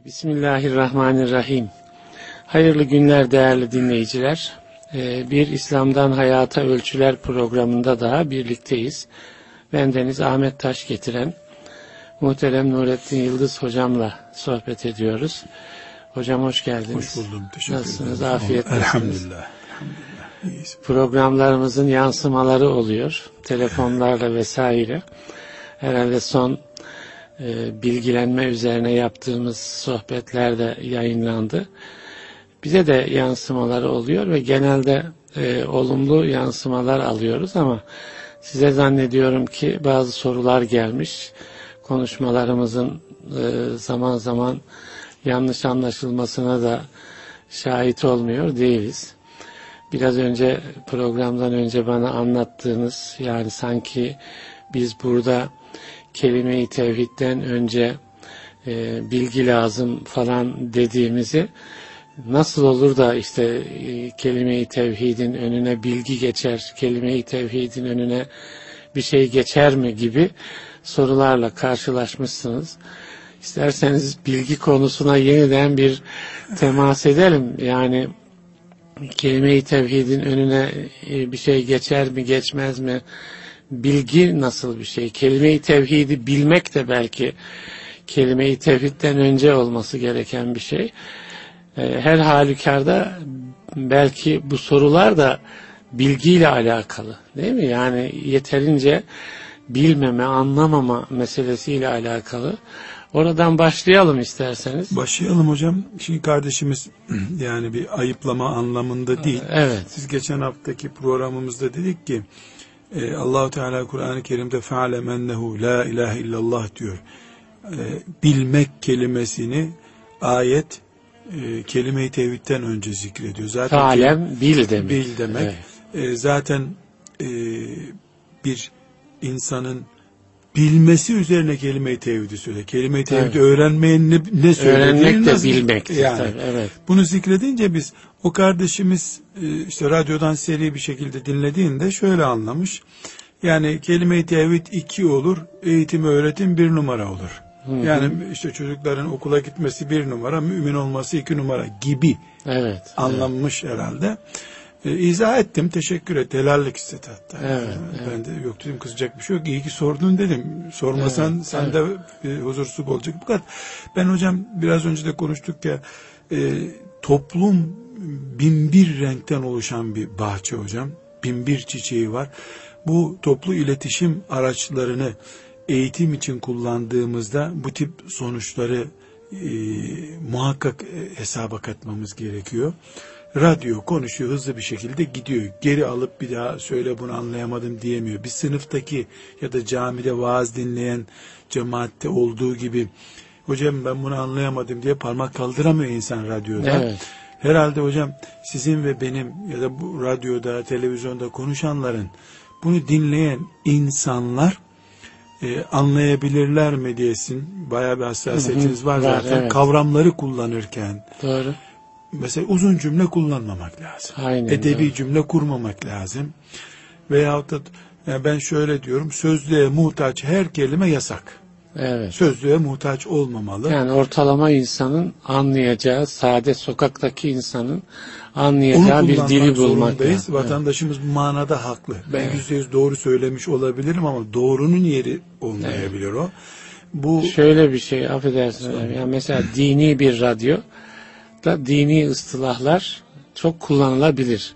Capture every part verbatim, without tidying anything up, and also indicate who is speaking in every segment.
Speaker 1: Bismillahirrahmanirrahim. Hayırlı günler değerli dinleyiciler. Bir İslam'dan Hayata Ölçüler programında daha birlikteyiz. Bendeniz Ahmet Taş getiren muhterem Nurettin Yıldız hocamla sohbet ediyoruz. Hocam hoş geldiniz.
Speaker 2: Hoş buldum. Teşekkür ederim.
Speaker 1: Nasılsınız? Afiyetle.
Speaker 2: Elhamdülillah. Elhamdülillah. İyiyiz.
Speaker 1: Programlarımızın yansımaları oluyor. Telefonlarla vesaire. Herhalde son e, bilgilenme üzerine yaptığımız sohbetler de yayınlandı. Bize de yansımaları oluyor ve genelde e, olumlu yansımalar alıyoruz ama size zannediyorum ki bazı sorular gelmiş. Konuşmalarımızın e, zaman zaman yanlış anlaşılmasına da şahit olmuyor değiliz. Biraz önce programdan önce bana anlattığınız, yani sanki biz burada kelime-i tevhidden önce e, bilgi lazım falan dediğimizi, nasıl olur da işte e, kelime-i tevhidin önüne bilgi geçer, kelime-i tevhidin önüne bir şey geçer mi gibi sorularla karşılaşmışsınız. İsterseniz bilgi konusuna yeniden bir temas edelim. Yani kelime-i tevhidin önüne bir şey geçer mi, geçmez mi? Bilgi nasıl bir şey? Kelime-i tevhidi bilmek de belki kelime-i tevhidden önce olması gereken bir şey. Her halükarda belki bu sorular da bilgiyle alakalı, değil mi? Yani yeterince bilmeme, anlamama meselesiyle alakalı. Oradan başlayalım isterseniz.
Speaker 2: Başlayalım hocam. Şimdi kardeşimiz yani bir ayıplama anlamında değil.
Speaker 1: Evet.
Speaker 2: Siz geçen haftaki programımızda dedik ki e, Allah-u Teala Kur'an-ı Kerim'de fe'alem ennehu la ilahe illallah diyor. E, bilmek kelimesini ayet e, kelime-i tevhidden önce zikrediyor. Zaten
Speaker 1: fe'alem bil demek.
Speaker 2: Bil demek.
Speaker 1: Evet.
Speaker 2: E, zaten e, bir insanın bilmesi üzerine kelime-i tevhidi söylüyor. Kelime-i tevhidi öğrenmeyen ne, ne söylediğini
Speaker 1: öğrenmek de
Speaker 2: nasıl
Speaker 1: bilmektir.
Speaker 2: Yani
Speaker 1: tabii, evet.
Speaker 2: Bunu zikredince biz o kardeşimiz işte radyodan seri bir şekilde dinlediğinde şöyle anlamış. Yani kelime-i tevhid iki olur, eğitim öğretim bir numara olur. Hı hı. Yani işte çocukların okula gitmesi bir numara, mümin olması iki numara gibi
Speaker 1: evet,
Speaker 2: anlanmış evet. herhalde. Ee, izah ettim, teşekkür et, helallik istedi hatta.
Speaker 1: Evet,
Speaker 2: yani
Speaker 1: evet.
Speaker 2: Ben de yok dedim, kızacak bir şey yok. İyi ki sordun dedim. Sormasan
Speaker 1: evet,
Speaker 2: sen
Speaker 1: evet.
Speaker 2: de e, huzursuz olacak. Bu kadar. Ben hocam biraz önce de konuştuk ya, e, toplum bin bir renkten oluşan bir bahçe hocam. Bin bir çiçeği var. Bu toplu iletişim araçlarını eğitim için kullandığımızda bu tip sonuçları e, muhakkak e, hesaba katmamız gerekiyor. Radyo konuşuyor, hızlı bir şekilde gidiyor. Geri alıp bir daha söyle bunu anlayamadım diyemiyor. Bir sınıftaki ya da camide vaaz dinleyen cemaatte olduğu gibi hocam ben bunu anlayamadım diye parmak kaldıramıyor insan radyoda.
Speaker 1: Evet.
Speaker 2: Herhalde hocam sizin ve benim ya da bu radyoda, televizyonda konuşanların bunu dinleyen insanlar e, anlayabilirler mi diyesin. Bayağı bir hassasiyetiniz var, var zaten. Evet. Kavramları kullanırken.
Speaker 1: Doğru.
Speaker 2: Mesela uzun cümle kullanmamak lazım.
Speaker 1: Aynen,
Speaker 2: Edebi
Speaker 1: doğru.
Speaker 2: cümle kurmamak lazım. Veyahut da yani ben şöyle diyorum, sözlüğe muhtaç her kelime yasak.
Speaker 1: Evet.
Speaker 2: Sözlüğe muhtaç olmamalı.
Speaker 1: Yani ortalama insanın anlayacağı, sade sokaktaki insanın anlayacağı bir dili bulmak.
Speaker 2: Yani.
Speaker 1: Yani.
Speaker 2: Vatandaşımız bu manada haklı. Ben
Speaker 1: evet.
Speaker 2: yüzde yüz doğru söylemiş olabilirim ama doğrunun yeri olmayabilir evet. o. Bu
Speaker 1: şöyle bir şey, affedersiniz. Yani mesela dini bir radyo da dini ıstılahlar çok kullanılabilir.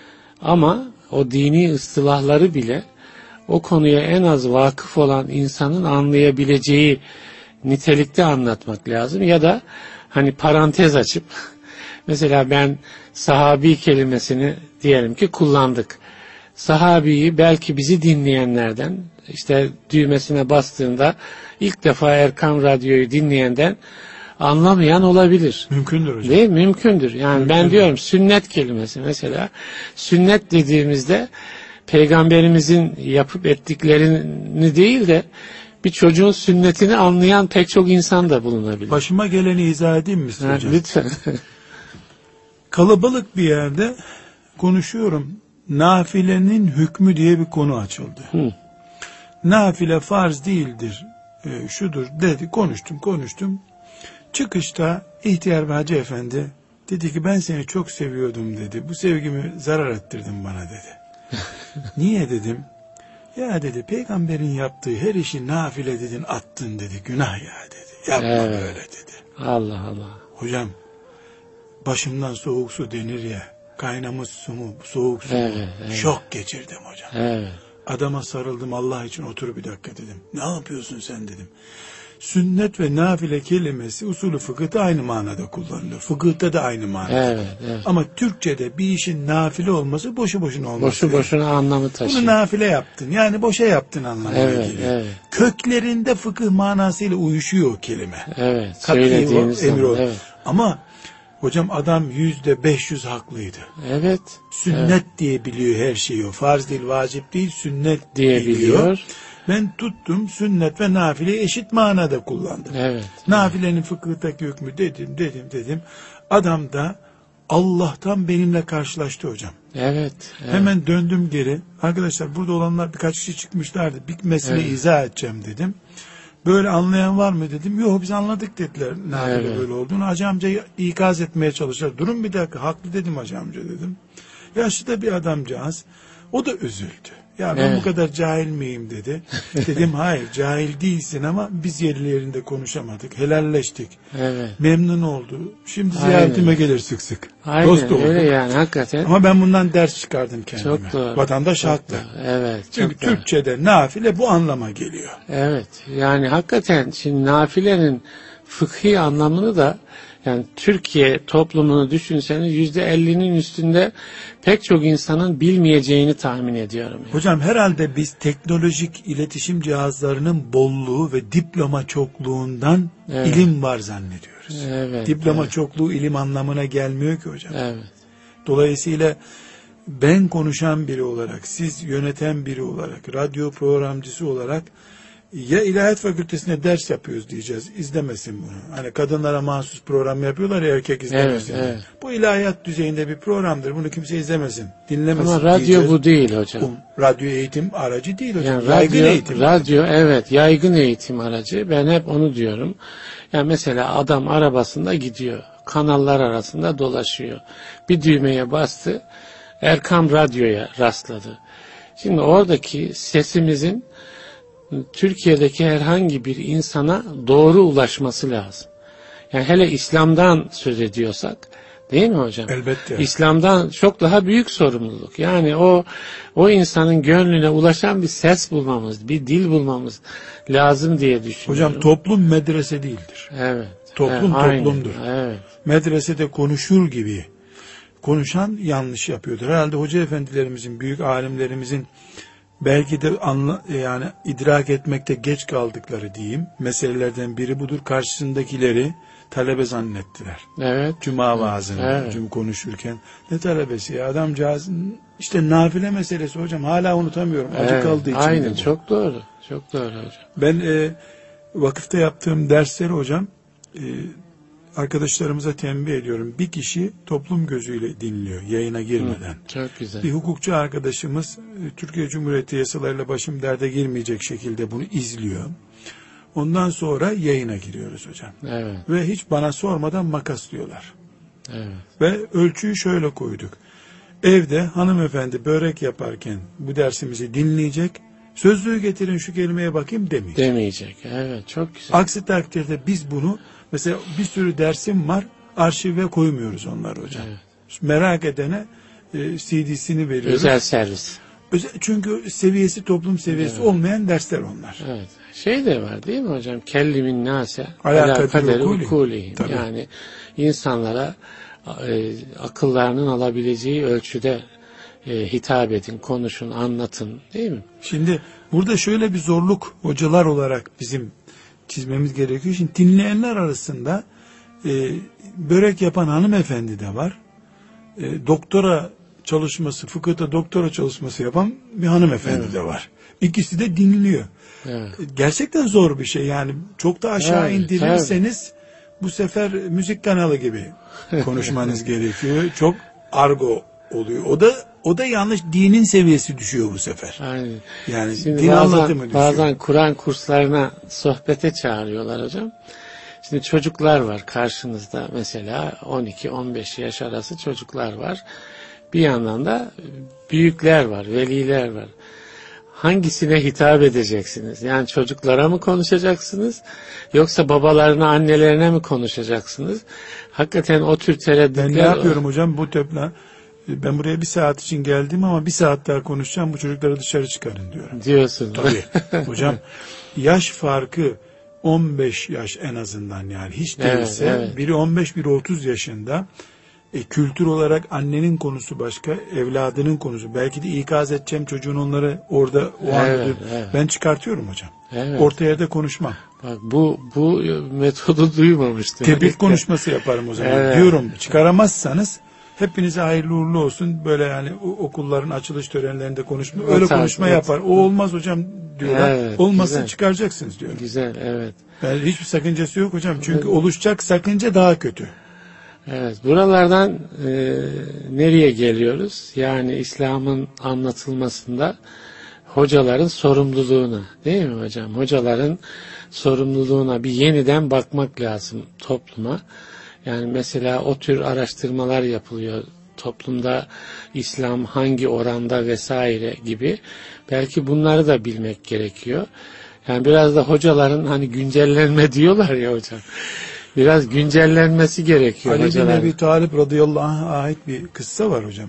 Speaker 1: Ama o dini ıstılahları bile o konuya en az vakıf olan insanın anlayabileceği nitelikte anlatmak lazım. Ya da hani parantez açıp mesela ben sahabi kelimesini diyelim ki kullandık. Sahabiyi belki bizi dinleyenlerden, işte düğmesine bastığında ilk defa Erkam Radyo'yu dinleyenden anlamayan olabilir.
Speaker 2: Mümkündür hocam.
Speaker 1: Değil mi? Mümkündür. Yani Mümkündür. Ben diyorum sünnet kelimesi mesela. Sünnet dediğimizde Peygamberimizin yapıp ettiklerini değil de bir çocuğun sünnetini anlayan pek çok insan da bulunabilir.
Speaker 2: Başıma geleni izah edeyim mi size hocam?
Speaker 1: Lütfen.
Speaker 2: Kalabalık bir yerde konuşuyorum. Nafilenin hükmü diye bir konu açıldı. Hı. Nafile farz değildir, e, şudur dedi. Konuştum konuştum. Çıkışta ihtiyar bir hacı efendi dedi ki ben seni çok seviyordum dedi. Bu sevgimi zarar ettirdin bana dedi. Niye dedim? Ya dedi peygamberin yaptığı her işi nafile dedin attın dedi. Günah ya dedi. Yapma
Speaker 1: Evet.
Speaker 2: böyle dedi.
Speaker 1: Allah Allah.
Speaker 2: Hocam başımdan soğuk su denir ya. Kaynamış su mu soğuk su mu?
Speaker 1: Evet, evet.
Speaker 2: Şok geçirdim hocam.
Speaker 1: Evet.
Speaker 2: Adama sarıldım, Allah için otur bir dakika dedim. Ne yapıyorsun sen dedim. Sünnet ve nafile kelimesi usulü fıkıhta aynı manada kullanılıyor. Fıkıhta da aynı manada.
Speaker 1: Evet, evet.
Speaker 2: Ama Türkçe'de bir işin nafile olması boşu boşuna olması.
Speaker 1: Boşu
Speaker 2: yani.
Speaker 1: boşuna anlamı taşıyor.
Speaker 2: Bunu nafile yaptın. Yani boşa yaptın anlamına
Speaker 1: Evet,
Speaker 2: geliyor.
Speaker 1: evet.
Speaker 2: Köklerinde fıkıh manasıyla uyuşuyor o kelime.
Speaker 1: Evet.
Speaker 2: Kat'i
Speaker 1: Söylediğiniz
Speaker 2: o, emir
Speaker 1: zaman.
Speaker 2: o.
Speaker 1: Evet.
Speaker 2: Ama hocam adam yüzde beş yüz haklıydı.
Speaker 1: Evet.
Speaker 2: Sünnet
Speaker 1: evet.
Speaker 2: diye biliyor her şeyi o. Farz değil, vacip değil, sünnet
Speaker 1: diye
Speaker 2: biliyor.
Speaker 1: biliyor.
Speaker 2: Ben tuttum sünnet ve nafileyi eşit manada kullandım.
Speaker 1: Evet.
Speaker 2: Nafilenin fıkıhtaki hükmü dedim dedim dedim. Adam da Allah'tan benimle karşılaştı hocam.
Speaker 1: Evet. evet.
Speaker 2: Hemen döndüm geri. Arkadaşlar burada olanlar birkaç kişi çıkmışlardı. Bir mesele
Speaker 1: Evet.
Speaker 2: izah edeceğim dedim. Böyle anlayan var mı dedim. Yok biz anladık dediler. Nafile
Speaker 1: Evet.
Speaker 2: böyle olduğunu. Hacı amcayı ikaz etmeye çalıştılar. Durun bir dakika haklı dedim hacı amca dedim. Yaşlı da bir adamcağız. O da üzüldü. Ya ben
Speaker 1: Evet.
Speaker 2: bu kadar cahil miyim dedi. Dedim hayır cahil değilsin ama biz yerli yerinde konuşamadık. Helalleştik.
Speaker 1: Evet.
Speaker 2: Memnun oldu. Şimdi
Speaker 1: Aynen.
Speaker 2: ziyaretime gelir sık sık.
Speaker 1: Aynen
Speaker 2: Dost olduk.
Speaker 1: öyle yani hakikaten.
Speaker 2: Ama ben bundan ders çıkardım kendime.
Speaker 1: Çok doğru.
Speaker 2: Vatandaş
Speaker 1: Çok
Speaker 2: haklı.
Speaker 1: doğru. Evet.
Speaker 2: Çünkü
Speaker 1: çok doğru.
Speaker 2: Türkçe'de nafile bu anlama geliyor.
Speaker 1: Evet. Yani hakikaten şimdi nafilenin fıkhi anlamını da yani Türkiye toplumunu düşünseniz yüzde ellinin üstünde pek çok insanın bilmeyeceğini tahmin ediyorum. Yani.
Speaker 2: Hocam herhalde biz teknolojik iletişim cihazlarının bolluğu ve diploma çokluğundan
Speaker 1: Evet.
Speaker 2: ilim var zannediyoruz.
Speaker 1: Evet.
Speaker 2: Diploma
Speaker 1: evet.
Speaker 2: çokluğu ilim anlamına gelmiyor ki hocam.
Speaker 1: Evet.
Speaker 2: Dolayısıyla ben konuşan biri olarak, siz yöneten biri olarak, radyo programcısı olarak ya İlahiyat Fakültesine ders yapıyoruz diyeceğiz. İzlemesin bunu. Hani kadınlara mahsus program yapıyorlar ya erkek izlemesin.
Speaker 1: Evet, evet.
Speaker 2: Bu ilahiyat düzeyinde bir programdır. Bunu kimse izlemesin. Dinlemesin
Speaker 1: Ama radyo
Speaker 2: diyeceğiz.
Speaker 1: bu değil hocam.
Speaker 2: Bu radyo eğitim aracı değil hocam.
Speaker 1: Yani
Speaker 2: yaygın
Speaker 1: radyo,
Speaker 2: eğitim.
Speaker 1: radyo evet yaygın eğitim aracı. Ben hep onu diyorum. Yani mesela adam arabasında gidiyor. Kanallar arasında dolaşıyor. Bir düğmeye bastı. Erkam Radyo'ya rastladı. Şimdi oradaki sesimizin Türkiye'deki herhangi bir insana doğru ulaşması lazım. Yani hele İslam'dan söz ediyorsak, değil mi hocam?
Speaker 2: Elbette.
Speaker 1: İslam'dan çok daha büyük sorumluluk. Yani o o insanın gönlüne ulaşan bir ses bulmamız, bir dil bulmamız lazım diye düşünüyorum.
Speaker 2: Hocam toplum medrese değildir.
Speaker 1: Evet.
Speaker 2: Toplum
Speaker 1: evet,
Speaker 2: toplumdur.
Speaker 1: Aynen, evet.
Speaker 2: Medresede konuşur gibi konuşan yanlış yapıyordur. Herhalde hoca efendilerimizin, büyük alimlerimizin belki de anla, yani idrak etmekte geç kaldıkları diyeyim meselelerden biri budur. Karşısındakileri talebe zannettiler.
Speaker 1: Evet.
Speaker 2: Cuma vaazını,
Speaker 1: Evet.
Speaker 2: cum konuşurken ne talebesi ya adamcağızın işte nafile meselesi hocam hala unutamıyorum. Acı
Speaker 1: Evet,
Speaker 2: kaldığı için.
Speaker 1: aynen
Speaker 2: bu.
Speaker 1: çok doğru. Çok doğru hocam.
Speaker 2: Ben e, vakıfta yaptığım dersleri hocam e, arkadaşlarımıza tembih ediyorum. Bir kişi toplum gözüyle dinliyor yayına girmeden.
Speaker 1: Hı, çok güzel.
Speaker 2: Bir hukukçu arkadaşımız Türkiye Cumhuriyeti yasalarıyla başım derde girmeyecek şekilde bunu izliyor. Ondan sonra yayına giriyoruz hocam.
Speaker 1: Evet.
Speaker 2: Ve hiç bana sormadan makaslıyorlar.
Speaker 1: Evet.
Speaker 2: Ve ölçüyü şöyle koyduk. Evde hanımefendi börek yaparken bu dersimizi dinleyecek. Sözlüğü getirin şu kelimeye bakayım demeyecek.
Speaker 1: Demeyecek. Evet çok güzel.
Speaker 2: Aksi takdirde biz bunu mesela bir sürü dersim var arşive koymuyoruz onlar hocam.
Speaker 1: Evet.
Speaker 2: Merak edene e, C D'sini veriyoruz.
Speaker 1: Özel servis.
Speaker 2: Özel, çünkü seviyesi toplum seviyesi
Speaker 1: Evet.
Speaker 2: olmayan dersler onlar.
Speaker 1: Evet. Şey de var değil mi hocam? Kellimin nase
Speaker 2: Ala
Speaker 1: ala
Speaker 2: kadri
Speaker 1: kaderi
Speaker 2: ukuli.
Speaker 1: ukulihim.
Speaker 2: Tabii.
Speaker 1: Yani insanlara e, akıllarının alabileceği ölçüde e, hitap edin, konuşun, anlatın değil mi?
Speaker 2: Şimdi burada şöyle bir zorluk hocalar olarak bizim çizmemiz gerekiyor. Şimdi dinleyenler arasında e, börek yapan hanımefendi de var. E, doktora çalışması, fıkıhta doktora çalışması yapan bir hanımefendi
Speaker 1: Evet.
Speaker 2: de var. İkisi de dinliyor.
Speaker 1: Evet.
Speaker 2: Gerçekten zor bir şey yani. Çok da aşağı
Speaker 1: Tabii,
Speaker 2: indirirseniz bu sefer müzik kanalı gibi konuşmanız gerekiyor. Çok argo oluyor. O da o da yanlış, dinin seviyesi düşüyor bu sefer.
Speaker 1: Aynen.
Speaker 2: Yani
Speaker 1: Şimdi
Speaker 2: din
Speaker 1: bazen,
Speaker 2: anlatımı düşüyor.
Speaker 1: bazen Kur'an kurslarına sohbete çağırıyorlar hocam. Şimdi çocuklar var karşınızda, mesela on iki on beş yaş arası çocuklar var. Bir yandan da büyükler var, veliler var. Hangisine hitap edeceksiniz? Yani çocuklara mı konuşacaksınız? Yoksa babalarına, annelerine mi konuşacaksınız? Hakikaten o tür tereddütler...
Speaker 2: Ben ne yapıyorum hocam bu topla? Ben buraya bir saat için geldim ama bir saat daha konuşacağım. Bu çocukları dışarı çıkarın diyorum.
Speaker 1: Diyorsun.
Speaker 2: Tabii. Hocam yaş farkı on beş yaş en azından, yani hiç değilse
Speaker 1: evet, evet.
Speaker 2: biri on beş biri otuz yaşında. E, kültür olarak annenin konusu başka, evladının konusu. Belki de ikaz edeceğim çocuğun, onları orada o
Speaker 1: evet,
Speaker 2: anda
Speaker 1: evet.
Speaker 2: ben çıkartıyorum hocam.
Speaker 1: Evet.
Speaker 2: Orta yerde konuşmam.
Speaker 1: Bak bu bu metodu duymamıştım.
Speaker 2: Tebrik konuşması yaparım o zaman.
Speaker 1: Evet.
Speaker 2: Diyorum çıkaramazsanız hepinize hayırlı uğurlu olsun. Böyle yani okulların açılış törenlerinde konuşma, öyle
Speaker 1: tarz,
Speaker 2: konuşma
Speaker 1: evet.
Speaker 2: yapar. O olmaz hocam diyorlar.
Speaker 1: Evet,
Speaker 2: Olmazsa
Speaker 1: güzel.
Speaker 2: çıkaracaksınız diyorum.
Speaker 1: Güzel, evet.
Speaker 2: Yani hiçbir sakıncası yok hocam. Çünkü oluşacak sakınca daha kötü.
Speaker 1: Evet, buralardan e, nereye geliyoruz? Yani İslam'ın anlatılmasında hocaların sorumluluğuna, değil mi hocam? Hocaların sorumluluğuna bir yeniden bakmak lazım topluma. Yani mesela o tür araştırmalar yapılıyor. Toplumda İslam hangi oranda vesaire gibi. Belki bunları da bilmek gerekiyor. Yani biraz da hocaların hani güncellenme diyorlar ya hocam. Biraz güncellenmesi gerekiyor
Speaker 2: Ali bin
Speaker 1: hocaların.
Speaker 2: Ebi Talib radıyallahu anh'a ait bir kıssa var hocam.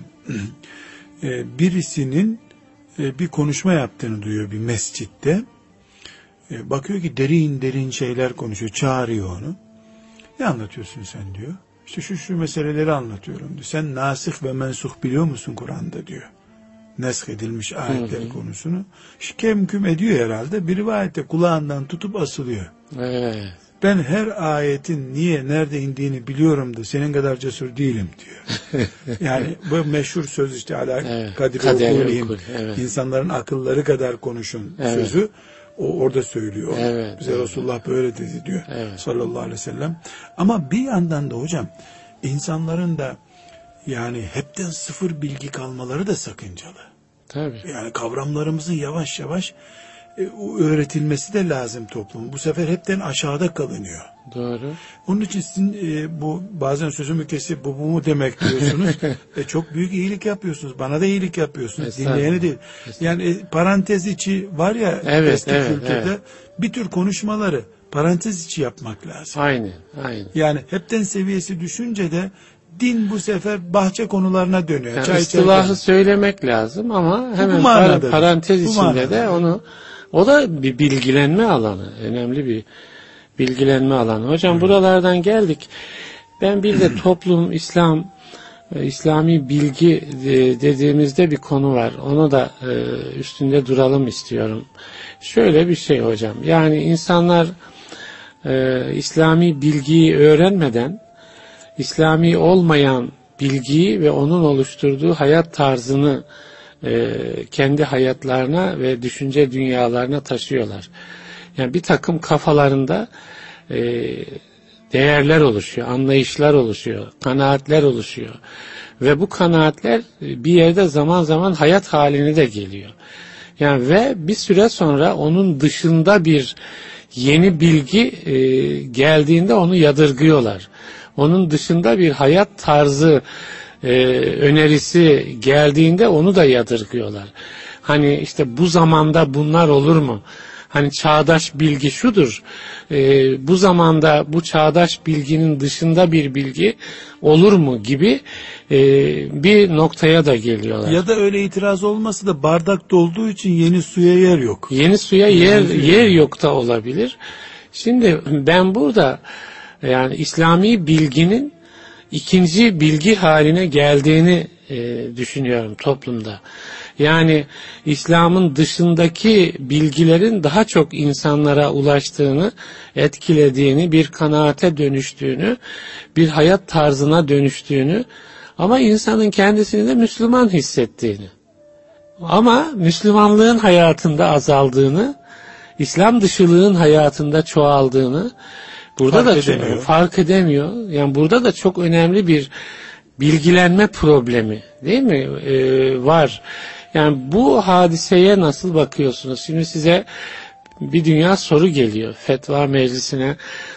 Speaker 2: Ee, birisinin e, bir konuşma yaptığını duyuyor bir mescitte. E, bakıyor ki derin derin şeyler konuşuyor. Çağırıyor onu. Ne anlatıyorsun sen diyor. İşte şu şu meseleleri anlatıyorum diyor. Sen nasih ve mensuh biliyor musun Kur'an'da diyor. Nesk edilmiş ayetler hı hı. konusunu. Şkem küm ediyor herhalde. Bir rivayette kulağından tutup asılıyor.
Speaker 1: Evet.
Speaker 2: Ben her ayetin niye, nerede indiğini biliyorum da senin kadar cesur değilim diyor. Yani bu meşhur söz işte ala evet. kadri okul, evet. insanların akılları kadar konuşun evet. sözü. O orada söylüyor. Evet, Bize evet. Resulullah böyle dedi diyor. Evet. Sallallahu aleyhi ve sellem. Ama bir yandan da hocam insanların da yani hepten sıfır bilgi kalmaları da sakıncalı.
Speaker 1: Tabii.
Speaker 2: Yani kavramlarımızın yavaş yavaş e, öğretilmesi de lazım toplum. Bu sefer hepten aşağıda kalınıyor.
Speaker 1: Doğru.
Speaker 2: Onun için sizin e, bu bazen sözümü kesip bu bu mu demek diyorsunuz. e, çok büyük iyilik yapıyorsunuz. Bana da iyilik yapıyorsunuz. Dinleyeni değil. Yani e, parantez içi var ya
Speaker 1: evet,
Speaker 2: eski
Speaker 1: evet,
Speaker 2: kültürde
Speaker 1: evet.
Speaker 2: bir tür konuşmaları parantez içi yapmak lazım.
Speaker 1: Aynen, aynen.
Speaker 2: Yani hepten seviyesi düşünce de din bu sefer bahçe konularına dönüyor.
Speaker 1: Yani
Speaker 2: Çay
Speaker 1: ıstılahı
Speaker 2: çay
Speaker 1: söylemek lazım ama hemen
Speaker 2: par-
Speaker 1: parantez
Speaker 2: bu
Speaker 1: içinde
Speaker 2: manada.
Speaker 1: de onu, o da bir bilgilenme alanı. Önemli bir bilgilenme alanı. Hocam evet. buralardan geldik. Ben bir de toplum, İslam, İslami bilgi dediğimizde bir konu var. Onu da üstünde duralım istiyorum. Şöyle bir şey hocam. Yani insanlar İslami bilgiyi öğrenmeden İslami olmayan bilgiyi ve onun oluşturduğu hayat tarzını e, kendi hayatlarına ve düşünce dünyalarına taşıyorlar. Yani bir takım kafalarında e, değerler oluşuyor, anlayışlar oluşuyor, kanaatler oluşuyor. Ve bu kanaatler bir yerde zaman zaman hayat haline de geliyor. Yani ve bir süre sonra onun dışında bir yeni bilgi e, geldiğinde onu yadırgıyorlar. Onun dışında bir hayat tarzı e, önerisi geldiğinde onu da yadırgıyorlar. Hani işte bu zamanda bunlar olur mu? Hani çağdaş bilgi şudur. E, bu zamanda bu çağdaş bilginin dışında bir bilgi olur mu gibi e, bir noktaya da geliyorlar.
Speaker 2: Ya da öyle itiraz olması da bardak dolduğu için yeni suya yer yok.
Speaker 1: Yeni suya yer yer yok da olabilir. Şimdi ben burada yani İslami bilginin ikinci bilgi haline geldiğini e, düşünüyorum toplumda. Yani İslam'ın dışındaki bilgilerin daha çok insanlara ulaştığını, etkilediğini, bir kanaate dönüştüğünü, bir hayat tarzına dönüştüğünü ama insanın kendisini de Müslüman hissettiğini. Ama Müslümanlığın hayatında azaldığını, İslam dışılığın hayatında çoğaldığını burada fark da edemiyor. fark edemiyor. Yani burada da çok önemli bir bilgilenme problemi, değil mi? Ee, var. Yani bu hadiseye nasıl bakıyorsunuz? Şimdi size bir dünya soru geliyor. Fetva meclisine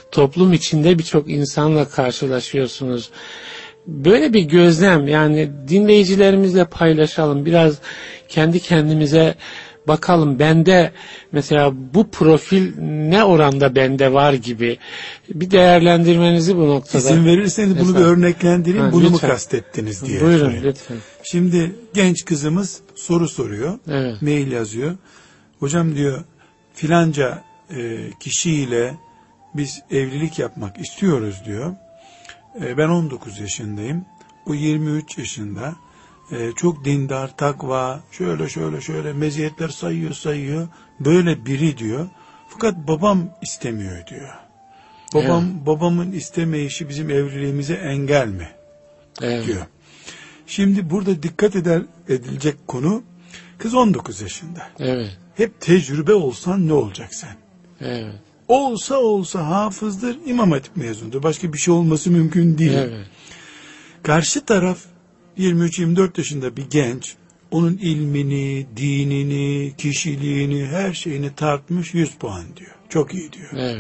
Speaker 1: toplum içinde birçok insanla karşılaşıyorsunuz. Böyle bir gözlem, yani dinleyicilerimizle paylaşalım. Biraz kendi kendimize bakalım. Bende mesela bu profil ne oranda bende var gibi bir değerlendirmenizi bu noktada.
Speaker 2: İzin verirseniz bunu
Speaker 1: mesela
Speaker 2: bir örneklendireyim.
Speaker 1: Ha,
Speaker 2: bunu
Speaker 1: lütfen.
Speaker 2: mu kastettiniz diye.
Speaker 1: Buyurun
Speaker 2: sorayım.
Speaker 1: lütfen.
Speaker 2: Şimdi genç kızımız soru soruyor.
Speaker 1: Evet.
Speaker 2: Mail yazıyor. Hocam diyor filanca e, kişiyle biz evlilik yapmak istiyoruz diyor. E, ben on dokuz yaşındayım. O yirmi üç yaşında. E, çok dindar, takva, şöyle şöyle şöyle meziyetler sayıyor sayıyor. Böyle biri diyor. Fakat babam istemiyor diyor. Babam
Speaker 1: Evet.
Speaker 2: babamın istemeyişi bizim evliliğimize engel mi?
Speaker 1: Evet.
Speaker 2: diyor. Şimdi burada dikkat eder, edilecek konu, kız on dokuz yaşında.
Speaker 1: Evet.
Speaker 2: Hep tecrübe olsan ne olacak sen?
Speaker 1: Evet.
Speaker 2: Olsa olsa hafızdır, İmam Hatip mezunudur. Başka bir şey olması mümkün değil.
Speaker 1: Evet.
Speaker 2: Karşı taraf yirmi üç yirmi dört yaşında bir genç, onun ilmini, dinini, kişiliğini, her şeyini tartmış, yüz puan diyor. Çok iyi diyor.
Speaker 1: Evet.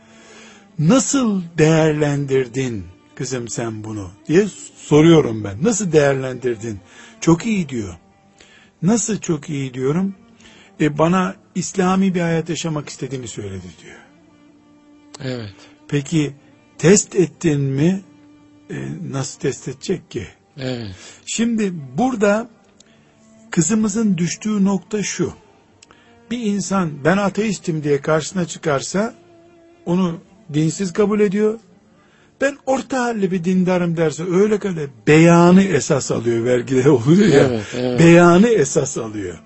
Speaker 2: Nasıl değerlendirdin kızım sen bunu diye soruyorum ben. Nasıl değerlendirdin? Çok iyi diyor. Nasıl çok iyi diyorum? E bana İslami bir hayat yaşamak istediğini söyledi diyor.
Speaker 1: Evet.
Speaker 2: Peki test ettin mi? E, nasıl test edecek ki?
Speaker 1: Evet.
Speaker 2: Şimdi burada kızımızın düştüğü nokta şu. Bir insan ben ateistim diye karşısına çıkarsa onu dinsiz kabul ediyor. Ben orta halli bir dindarım derse öyle kadar beyanı esas alıyor, vergide oluyor ya.
Speaker 1: Evet, evet.
Speaker 2: Beyanı esas alıyor.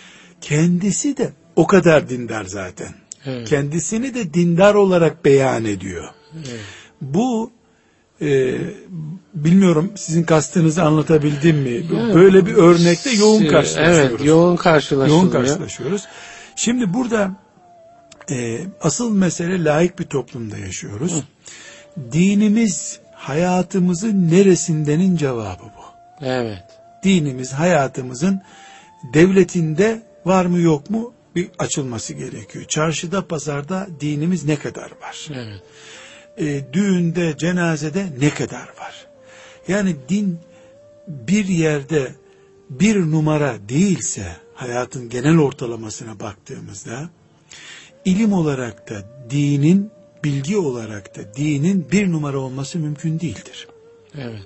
Speaker 2: Kendisi de o kadar dindar zaten.
Speaker 1: Evet.
Speaker 2: Kendisini de dindar olarak beyan ediyor.
Speaker 1: Evet.
Speaker 2: Bu e, bilmiyorum sizin kastınızı anlatabildim mi?
Speaker 1: Yani,
Speaker 2: böyle bir örnekte yoğun karşılaşıyoruz.
Speaker 1: Evet, yoğun karşılaşılıyor.
Speaker 2: Yoğun karşılaşıyoruz. Şimdi burada e, asıl mesele layık bir toplumda yaşıyoruz. Hı. Dinimiz hayatımızın neresindenin cevabı bu.
Speaker 1: Evet.
Speaker 2: Dinimiz hayatımızın devletinde var mı yok mu bir açılması gerekiyor. Çarşıda pazarda dinimiz ne kadar var?
Speaker 1: Evet.
Speaker 2: E, düğünde cenazede ne kadar var? Yani din bir yerde bir numara değilse hayatın genel ortalamasına baktığımızda ilim olarak da dinin, bilgi olarak da dinin bir numara olması mümkün değildir.
Speaker 1: Evet.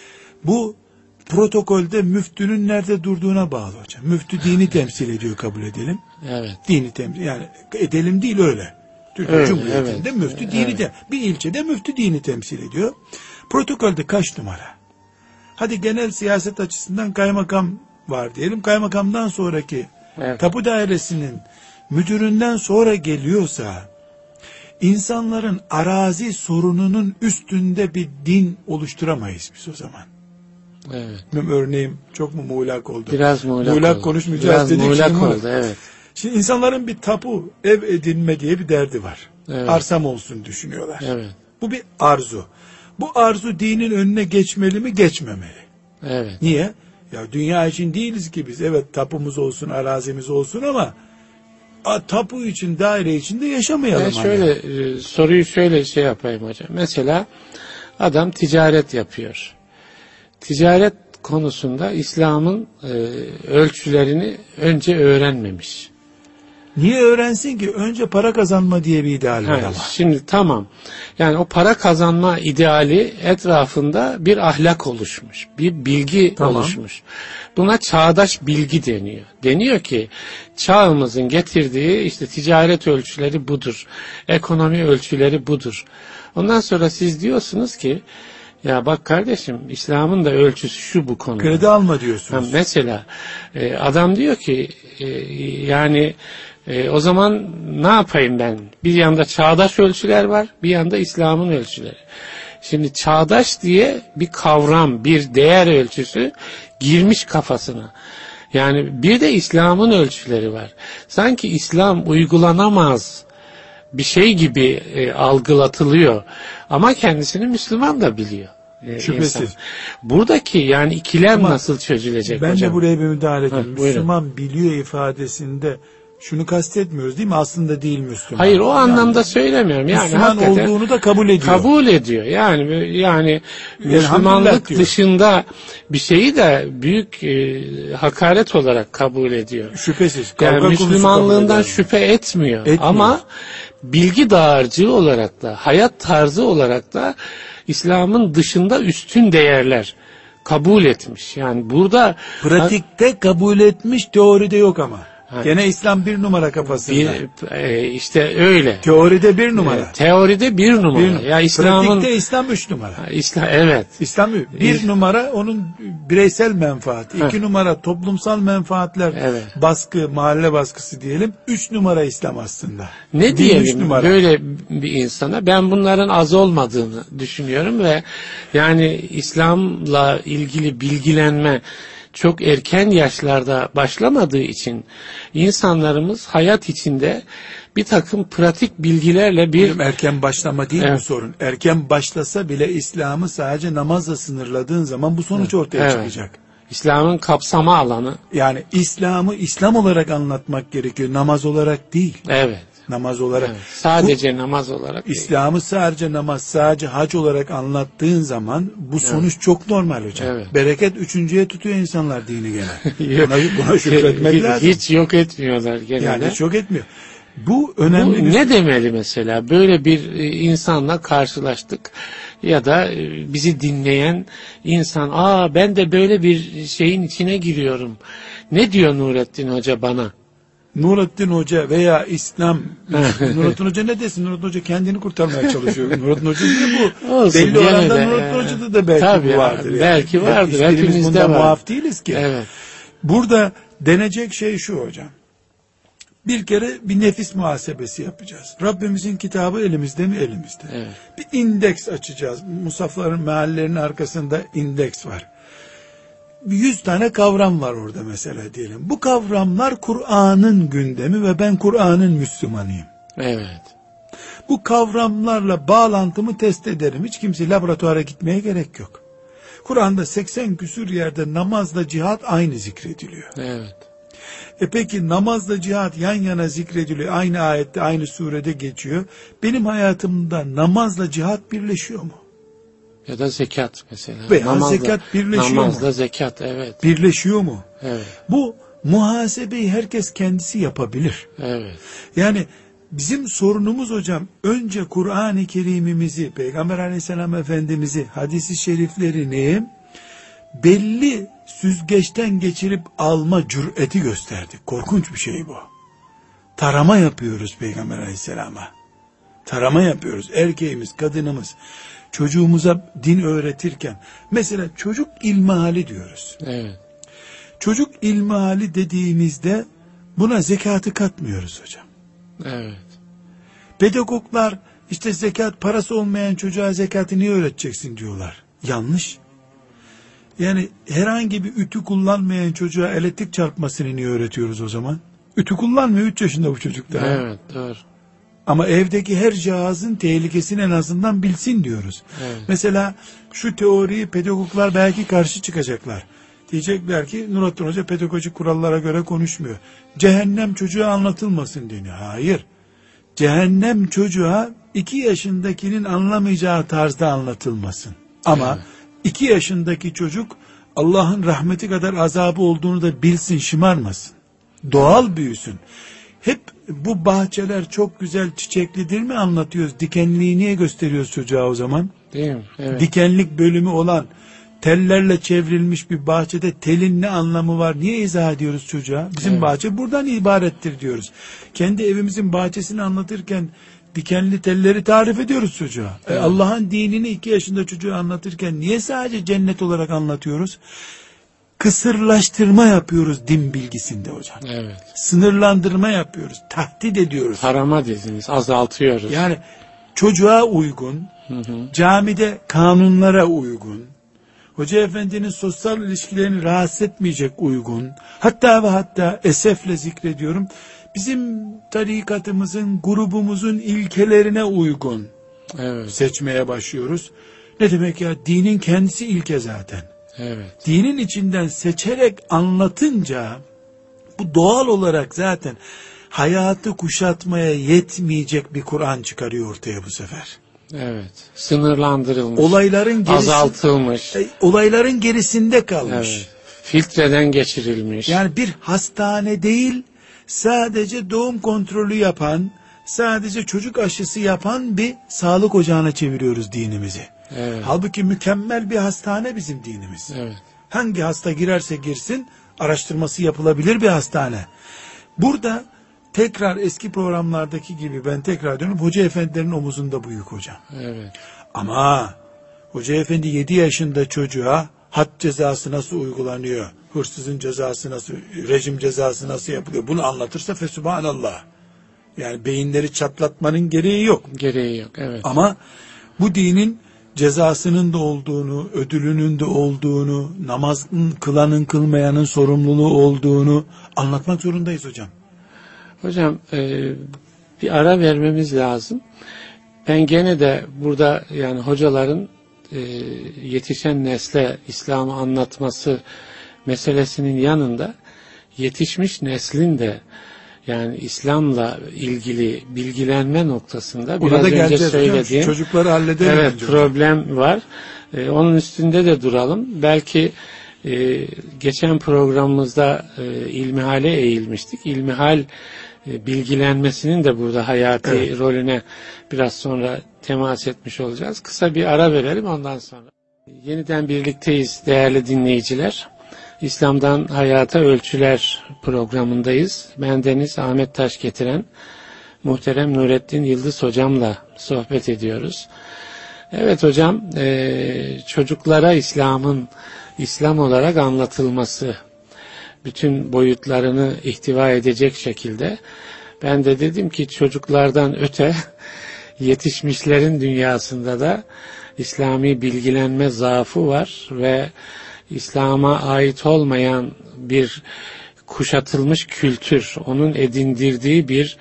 Speaker 2: Bu protokolde müftünün nerede durduğuna bağlı hocam. Müftü dini temsil ediyor kabul edelim.
Speaker 1: Evet.
Speaker 2: Dini temsil yani edelim değil öyle. Türkiye
Speaker 1: öyle,
Speaker 2: Cumhuriyeti'nde
Speaker 1: evet.
Speaker 2: müftü dini
Speaker 1: evet.
Speaker 2: de bir ilçede müftü dini temsil ediyor. Protokolde kaç numara? Hadi genel siyaset açısından kaymakam var diyelim. Kaymakamdan sonraki
Speaker 1: Evet.
Speaker 2: tapu dairesinin müdüründen sonra geliyorsa insanların arazi sorununun üstünde bir din oluşturamayız biz o zaman.
Speaker 1: Evet.
Speaker 2: Benim örneğim çok mu muğlak oldu?
Speaker 1: Biraz muğlak,
Speaker 2: muğlak
Speaker 1: oldu.
Speaker 2: konuşmayacağız
Speaker 1: Biraz
Speaker 2: dedik.
Speaker 1: muğlak
Speaker 2: Şimdi,
Speaker 1: oldu, evet.
Speaker 2: şimdi insanların bir tapu, ev edinme diye bir derdi var.
Speaker 1: Evet.
Speaker 2: Arsam olsun düşünüyorlar.
Speaker 1: Evet.
Speaker 2: Bu bir arzu. Bu arzu dinin önüne geçmeli mi, geçmemeli?
Speaker 1: Evet.
Speaker 2: Niye? Ya dünya için değiliz ki biz. Evet tapumuz olsun, arazimiz olsun ama a, tapu için, daire için de yaşamayalım.
Speaker 1: Ben şöyle
Speaker 2: hani.
Speaker 1: e, soruyu şöyle şey yapayım hocam. Mesela adam ticaret yapıyor. Ticaret konusunda İslam'ın e, ölçülerini önce öğrenmemiş.
Speaker 2: Niye öğrensin ki? Önce para kazanma diye bir ideal var
Speaker 1: Ha,
Speaker 2: ama.
Speaker 1: şimdi tamam. Yani o para kazanma ideali etrafında bir ahlak oluşmuş. Bir bilgi
Speaker 2: Tamam.
Speaker 1: oluşmuş. Buna çağdaş bilgi deniyor. Deniyor ki çağımızın getirdiği işte ticaret ölçüleri budur. Ekonomi ölçüleri budur. Ondan sonra siz diyorsunuz ki ya bak kardeşim İslam'ın da ölçüsü şu bu konuda.
Speaker 2: Kredi alma diyorsunuz.
Speaker 1: Ha, mesela e, adam diyor ki e, yani e, o zaman ne yapayım ben? Bir yanda çağdaş ölçüler var, bir yanda İslam'ın ölçüleri. Şimdi çağdaş diye bir kavram, bir değer ölçüsü girmiş kafasına. Yani bir de İslam'ın ölçüleri var. Sanki İslam uygulanamaz bir şey gibi e, algılatılıyor. Ama kendisini Müslüman da biliyor. E,
Speaker 2: Şüphesiz.
Speaker 1: insan. Buradaki yani ikilem
Speaker 2: Ama
Speaker 1: nasıl çözülecek
Speaker 2: ben
Speaker 1: hocam?
Speaker 2: de buraya bir müdahale edeyim.
Speaker 1: Ha, buyurun.
Speaker 2: Müslüman biliyor ifadesinde şunu kastetmiyoruz değil mi? Aslında değil Müslüman.
Speaker 1: Hayır, o
Speaker 2: yani,
Speaker 1: anlamda söylemiyorum. Yani
Speaker 2: Müslüman olduğunu da kabul ediyor.
Speaker 1: Kabul ediyor. Yani yani Müslümanlık dışında bir şeyi de büyük e, hakaret olarak kabul ediyor.
Speaker 2: Şüphesiz.
Speaker 1: Yani Müslümanlığından şüphe etmiyor. etmiyor. Ama bilgi dağarcığı olarak da, hayat tarzı olarak da İslam'ın dışında üstün değerler kabul etmiş. Yani burada
Speaker 2: pratikte kabul etmiş, teoride yok ama. Gene İslam bir numara kafasında.
Speaker 1: Bir, e, işte öyle.
Speaker 2: Teoride bir numara.
Speaker 1: E, teoride bir numara.
Speaker 2: Bir,
Speaker 1: ya İslam'ın
Speaker 2: pratikte İslam üç numara.
Speaker 1: İslam evet.
Speaker 2: İslam bir İ, numara onun bireysel menfaati. İki heh. numara toplumsal menfaatler, evet. baskı, mahalle baskısı diyelim. Üç numara İslam aslında.
Speaker 1: Ne diyelim böyle bir insana? Ben bunların az olmadığını düşünüyorum ve yani İslam'la ilgili bilgilenme çok erken yaşlarda başlamadığı için insanlarımız hayat içinde bir takım pratik bilgilerle bir...
Speaker 2: Benim erken başlama değil evet. bu sorun. Erken başlasa bile İslam'ı sadece namazla sınırladığın zaman bu sonuç ortaya evet. çıkacak.
Speaker 1: İslam'ın kapsama alanı.
Speaker 2: Yani İslam'ı İslam olarak anlatmak gerekiyor. Namaz olarak değil.
Speaker 1: Evet.
Speaker 2: Namaz olarak. Evet,
Speaker 1: sadece bu, namaz olarak.
Speaker 2: İslam'ı sadece namaz, sadece hac olarak anlattığın zaman bu sonuç evet. çok normal hocam. Evet. Bereket üçüncüye tutuyor insanlar dini gene. buna, buna şükretmek
Speaker 1: hiç,
Speaker 2: lazım.
Speaker 1: Hiç yok etmiyorlar genelde.
Speaker 2: Yani hiç yok etmiyor. Bu önemli
Speaker 1: bu
Speaker 2: bir...
Speaker 1: Ne demeli mesela? Böyle bir insanla karşılaştık ya da bizi dinleyen insan, aa ben de böyle bir şeyin içine giriyorum. Ne diyor Nurettin Hoca bana?
Speaker 2: Nurettin Hoca veya İslam Nurettin Hoca ne desin? Nurettin Hoca kendini kurtarmaya çalışıyor. Nurettin Hoca değil bu. Olsun, belli oranda de, Nurettin Hoca'da da belki tabii bu vardır.
Speaker 1: Yani. Belki yani. vardır.
Speaker 2: Hepimiz bundan var. muaf değiliz ki.
Speaker 1: Evet.
Speaker 2: Burada denecek şey şu hocam. Bir kere bir nefis muhasebesi yapacağız. Rabbimizin kitabı elimizde mi? Elimizde. Evet. Bir indeks açacağız. Musafların, meallerinin arkasında indeks var. Yüz tane kavram var orada mesela diyelim. Bu kavramlar Kur'an'ın gündemi ve ben Kur'an'ın Müslümanıyım.
Speaker 1: Evet.
Speaker 2: Bu kavramlarla bağlantımı test ederim. Hiç kimse laboratuvara gitmeye gerek yok. Kur'an'da seksen küsur yerde namazla cihat aynı zikrediliyor.
Speaker 1: Evet.
Speaker 2: E peki namazla cihat yan yana zikrediliyor. Aynı ayette, aynı surede geçiyor. Benim hayatımda namazla cihat birleşiyor mu?
Speaker 1: Ya da zekat mesela.
Speaker 2: Veya namazla, zekat birleşiyor
Speaker 1: namazla
Speaker 2: mu?
Speaker 1: Namazla zekat evet.
Speaker 2: Birleşiyor mu?
Speaker 1: Evet.
Speaker 2: Bu muhasebeyi herkes kendisi yapabilir.
Speaker 1: Evet.
Speaker 2: Yani bizim sorunumuz hocam önce Kur'an-ı Kerim'imizi, Peygamber Aleyhisselam Efendimiz'i, hadis-i şeriflerini belli süzgeçten geçirip alma cüreti gösterdik. Korkunç bir şey bu. Tarama yapıyoruz Peygamber Aleyhisselam'a. Tarama yapıyoruz. Erkeğimiz, kadınımız çocuğumuza din öğretirken mesela çocuk ilmihali diyoruz.
Speaker 1: Evet.
Speaker 2: Çocuk ilmihali dediğimizde buna zekatı katmıyoruz hocam.
Speaker 1: Evet.
Speaker 2: Pedagoglar işte zekat parası olmayan çocuğa zekatı niye öğreteceksin diyorlar. Yanlış. Yani herhangi bir ütü kullanmayan çocuğa elektrik çarpmasını niye öğretiyoruz o zaman? Ütü kullanmıyor, üç yaşında bu çocuk daha.
Speaker 1: Evet, doğru.
Speaker 2: Ama evdeki her cihazın tehlikesini en azından bilsin diyoruz.
Speaker 1: Evet.
Speaker 2: Mesela şu teoriyi pedagoglar belki karşı çıkacaklar. Diyecekler ki Nurettin Hoca pedagojik kurallara göre konuşmuyor. Cehennem çocuğa anlatılmasın deniyor. Hayır. Cehennem çocuğa iki yaşındakinin anlamayacağı tarzda anlatılmasın. Ama evet. iki yaşındaki çocuk Allah'ın rahmeti kadar azabı olduğunu da bilsin, şımarmasın. Doğal büyüsün. Hep bu bahçeler çok güzel çiçeklidir mi anlatıyoruz? Dikenliği niye gösteriyoruz çocuğa o zaman?
Speaker 1: Değil mi? Evet.
Speaker 2: Dikenlik bölümü olan tellerle çevrilmiş bir bahçede telin ne anlamı var? Niye izah ediyoruz çocuğa? Bizim evet. bahçe buradan ibarettir diyoruz. Kendi evimizin bahçesini anlatırken dikenli telleri tarif ediyoruz çocuğa. Evet. E Allah'ın dinini iki yaşında çocuğa anlatırken niye sadece cennet olarak anlatıyoruz? Kısırlaştırma yapıyoruz din bilgisinde hocam.
Speaker 1: Evet.
Speaker 2: Sınırlandırma yapıyoruz. Tahdit ediyoruz.
Speaker 1: Harama dediniz, azaltıyoruz.
Speaker 2: Yani çocuğa uygun, hı hı. camide kanunlara uygun, Hoca efendinin sosyal ilişkilerini rahatsız etmeyecek uygun, hatta ve hatta esefle zikrediyorum, bizim tarikatımızın, grubumuzun ilkelerine uygun
Speaker 1: evet.
Speaker 2: seçmeye başlıyoruz. Ne demek ya? Dinin kendisi ilke zaten.
Speaker 1: Evet.
Speaker 2: Dinin içinden seçerek anlatınca bu doğal olarak zaten hayatı kuşatmaya yetmeyecek bir Kur'an çıkarıyor ortaya bu sefer.
Speaker 1: Evet. Sınırlandırılmış.
Speaker 2: Olayların gerisi,
Speaker 1: azaltılmış.
Speaker 2: E, olayların gerisinde kalmış.
Speaker 1: Evet. Filtreden geçirilmiş.
Speaker 2: Yani bir hastane değil, sadece doğum kontrolü yapan, sadece çocuk aşısı yapan bir sağlık ocağına çeviriyoruz dinimizi.
Speaker 1: Evet.
Speaker 2: Halbuki mükemmel bir hastane bizim dinimiz.
Speaker 1: Evet.
Speaker 2: Hangi hasta girerse girsin araştırması yapılabilir bir hastane. Burada tekrar eski programlardaki gibi ben tekrar diyorum, hoca efendilerin omuzunda bu yük hocam.
Speaker 1: Evet.
Speaker 2: Ama hoca efendi yedi yaşında çocuğa had cezası nasıl uygulanıyor, hırsızın cezası nasıl, rejim cezası nasıl yapılıyor, bunu anlatırsa fesubhanallah. Yani beyinleri çatlatmanın gereği yok.
Speaker 1: Gereği yok, evet.
Speaker 2: Ama bu dinin cezasının da olduğunu, ödülünün de olduğunu, namazın kılanın kılmayanın sorumluluğu olduğunu anlatmak zorundayız hocam.
Speaker 1: Hocam e, bir ara vermemiz lazım. Ben gene de burada yani hocaların e, yetişen nesle İslam'ı anlatması meselesinin yanında yetişmiş neslin de yani İslam'la ilgili bilgilenme noktasında
Speaker 2: Ona
Speaker 1: biraz
Speaker 2: da
Speaker 1: önce
Speaker 2: geleceğiz
Speaker 1: söylediğim
Speaker 2: hocam. Şu çocukları halledelim.
Speaker 1: Evet, problem hocam var. Ee, onun üstünde de duralım. Belki e, geçen programımızda e, ilmihale eğilmiştik. İlmihal e, bilgilenmesinin de burada hayati evet. rolüne biraz sonra temas etmiş olacağız. Kısa bir ara verelim ondan sonra. Yeniden birlikteyiz değerli dinleyiciler. İslam'dan Hayata Ölçüler programındayız. Bendeniz Ahmet Taş getiren muhterem Nurettin Yıldız hocamla sohbet ediyoruz. Evet hocam, e, çocuklara İslam'ın İslam olarak anlatılması, bütün boyutlarını ihtiva edecek şekilde, ben de dedim ki çocuklardan öte yetişmişlerin dünyasında da İslami bilgilenme zaafı var ve İslam'a ait olmayan bir kuşatılmış kültür, onun edindirdiği bir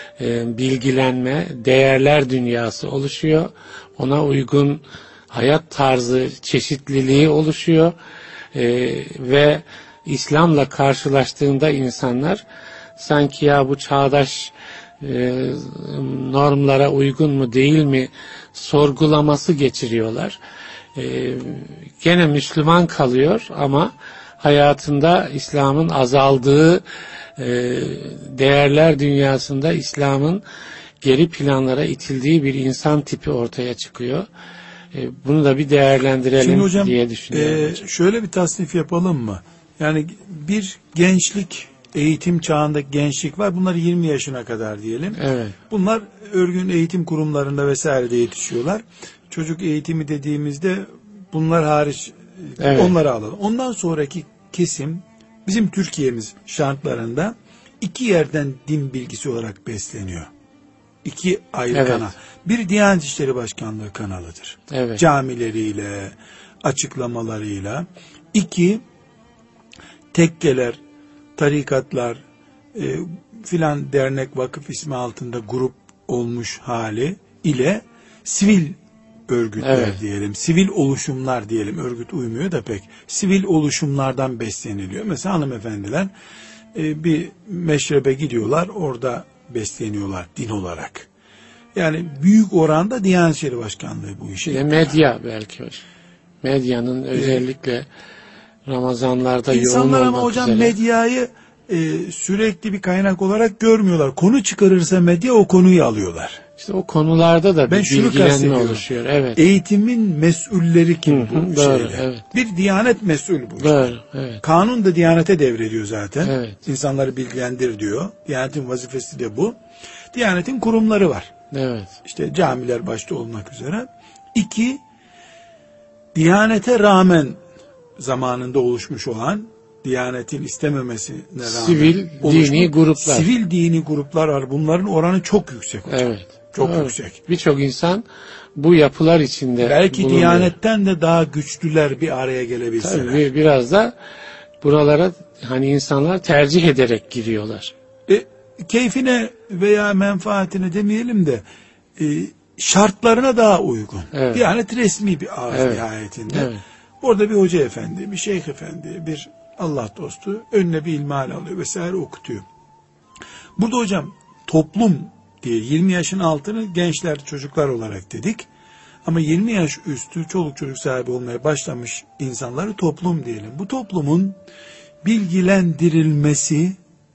Speaker 1: e, bilgilenme, değerler dünyası oluşuyor. Ona uygun hayat tarzı, çeşitliliği oluşuyor e, ve İslam'la karşılaştığında insanlar sanki ya bu çağdaş e, normlara uygun mu değil mi sorgulaması geçiriyorlar. Ee, gene Müslüman kalıyor ama hayatında İslam'ın azaldığı e, değerler dünyasında İslam'ın geri planlara itildiği bir insan tipi ortaya çıkıyor. E, bunu da bir değerlendirelim
Speaker 2: hocam,
Speaker 1: diye düşünüyorum.
Speaker 2: E, hocam. Şöyle bir tasnif yapalım mı? Yani bir gençlik, eğitim çağındaki gençlik var. Bunlar yirmi yaşına kadar diyelim.
Speaker 1: Evet.
Speaker 2: Bunlar örgün eğitim kurumlarında vesairede yetişiyorlar. Çocuk eğitimi dediğimizde bunlar hariç evet. onları alalım. Ondan sonraki kesim bizim Türkiye'miz şartlarında iki yerden din bilgisi olarak besleniyor. İki ayrı
Speaker 1: evet.
Speaker 2: kanal. Bir Diyanet İşleri Başkanlığı kanalıdır.
Speaker 1: Evet.
Speaker 2: Camileriyle, açıklamalarıyla. İki, tekkeler, tarikatlar, e, filan dernek, vakıf ismi altında grup olmuş hali ile sivil örgütler evet. diyelim, sivil oluşumlar diyelim, örgüt uymuyor da pek, sivil oluşumlardan besleniliyor. Mesela hanımefendiler e, bir meşrebe gidiyorlar, orada besleniyorlar din olarak. Yani büyük oranda Diyanet İşleri Başkanlığı bu işi.
Speaker 1: Medya belki hocam. Medyanın özellikle Ramazanlarda yoğun olmak üzere.
Speaker 2: İnsanlar ama hocam üzere. medyayı e, sürekli bir kaynak olarak görmüyorlar. Konu çıkarırsa medya o konuyu alıyorlar.
Speaker 1: İşte o konularda da
Speaker 2: ben
Speaker 1: bir bilgilenme oluşuyor. Evet.
Speaker 2: Eğitimin mesulleri kim
Speaker 1: hı hı,
Speaker 2: bu
Speaker 1: doğru,
Speaker 2: şeyde?
Speaker 1: Evet.
Speaker 2: Bir Diyanet mesul bu.
Speaker 1: Doğru, evet.
Speaker 2: Kanun da Diyanete devrediyor zaten.
Speaker 1: Evet.
Speaker 2: İnsanları bilgilendir diyor. Diyanetin vazifesi de bu. Diyanetin kurumları var.
Speaker 1: Evet.
Speaker 2: İşte camiler başta olmak üzere. İki, Diyanete rağmen zamanında oluşmuş olan, Diyanetin istememesine rağmen
Speaker 1: sivil
Speaker 2: oluşmuş,
Speaker 1: dini gruplar.
Speaker 2: Sivil dini gruplar var. Bunların oranı çok yüksek hocam.
Speaker 1: Evet.
Speaker 2: Çok
Speaker 1: doğru.
Speaker 2: yüksek.
Speaker 1: Birçok insan bu yapılar içinde
Speaker 2: belki
Speaker 1: bulunuyor.
Speaker 2: Diyanetten de daha güçlüler bir araya gelebilseler.
Speaker 1: Tabii biraz da buralara hani insanlar tercih ederek giriyorlar.
Speaker 2: E, keyfine veya menfaatine demeyelim de e, şartlarına daha uygun.
Speaker 1: Evet.
Speaker 2: Diyanet resmi bir ağız
Speaker 1: evet.
Speaker 2: nihayetinde.
Speaker 1: Evet.
Speaker 2: Orada bir hoca efendi, bir şeyh efendi, bir Allah dostu önüne bir ilmihal alıyor vesaire okutuyor. Burada hocam toplum diye yirmi yaşın altını gençler, çocuklar olarak dedik. Ama yirmi yaş üstü çoluk çocuk sahibi olmaya başlamış insanları toplum diyelim. Bu toplumun bilgilendirilmesi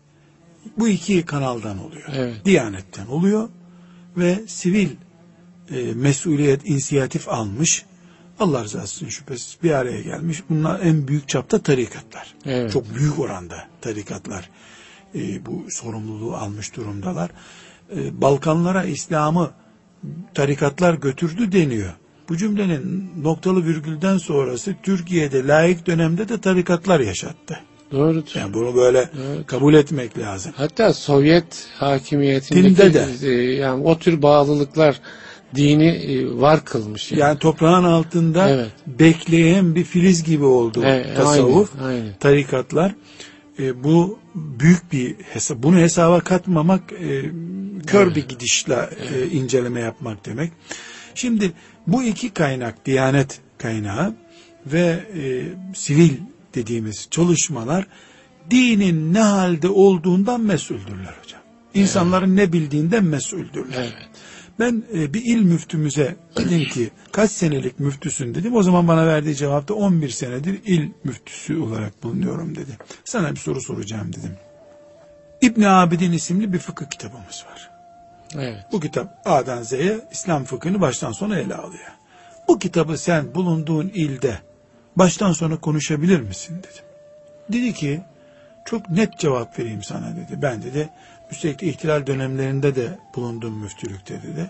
Speaker 2: bu iki kanaldan oluyor.
Speaker 1: Evet.
Speaker 2: Diyanetten oluyor ve sivil e, mesuliyet, inisiyatif almış, Allah rızası için şüphesiz bir araya gelmiş. Bunlar en büyük çapta tarikatlar.
Speaker 1: Evet.
Speaker 2: Çok büyük oranda tarikatlar e, bu sorumluluğu almış durumdalar. E, Balkanlara İslam'ı tarikatlar götürdü deniyor. Bu cümlenin noktalı virgülden sonrası Türkiye'de laik dönemde de tarikatlar yaşattı.
Speaker 1: Doğrudur.
Speaker 2: Yani bunu böyle
Speaker 1: Evet.
Speaker 2: kabul etmek lazım.
Speaker 1: Hatta Sovyet hakimiyetindeki
Speaker 2: Dinde de.
Speaker 1: e, yani o tür bağlılıklar dini e, var kılmış. Yani,
Speaker 2: Yani toprağın altında
Speaker 1: Evet.
Speaker 2: bekleyen bir filiz gibi oldu
Speaker 1: Evet,
Speaker 2: tasavvuf,
Speaker 1: aynen, aynen.
Speaker 2: tarikatlar. E, bu büyük bir hesap. Bunu hesaba katmamak e, kör
Speaker 1: Evet.
Speaker 2: bir gidişle e, inceleme yapmak demek. Şimdi bu iki kaynak, Diyanet kaynağı ve e, sivil dediğimiz çalışmalar dinin ne halde olduğundan mesuldürler hocam. İnsanların ne bildiğinden mesuldürler.
Speaker 1: Evet.
Speaker 2: Ben e, bir il müftümüze dedim ki kaç senelik müftüsün dedim. O zaman bana verdiği cevapta on bir senedir il müftüsü olarak bulunuyorum dedi. Sana bir soru soracağım dedim. İbn Abidin isimli bir fıkıh kitabımız var.
Speaker 1: Evet.
Speaker 2: Bu kitap A'dan Z'ye İslam fıkhını baştan sona ele alıyor. Bu kitabı sen bulunduğun ilde baştan sona konuşabilir misin dedim. Dedi ki çok net cevap vereyim sana dedi. Ben dedi üstelik ihtilal dönemlerinde de bulundum müftülükte dedi.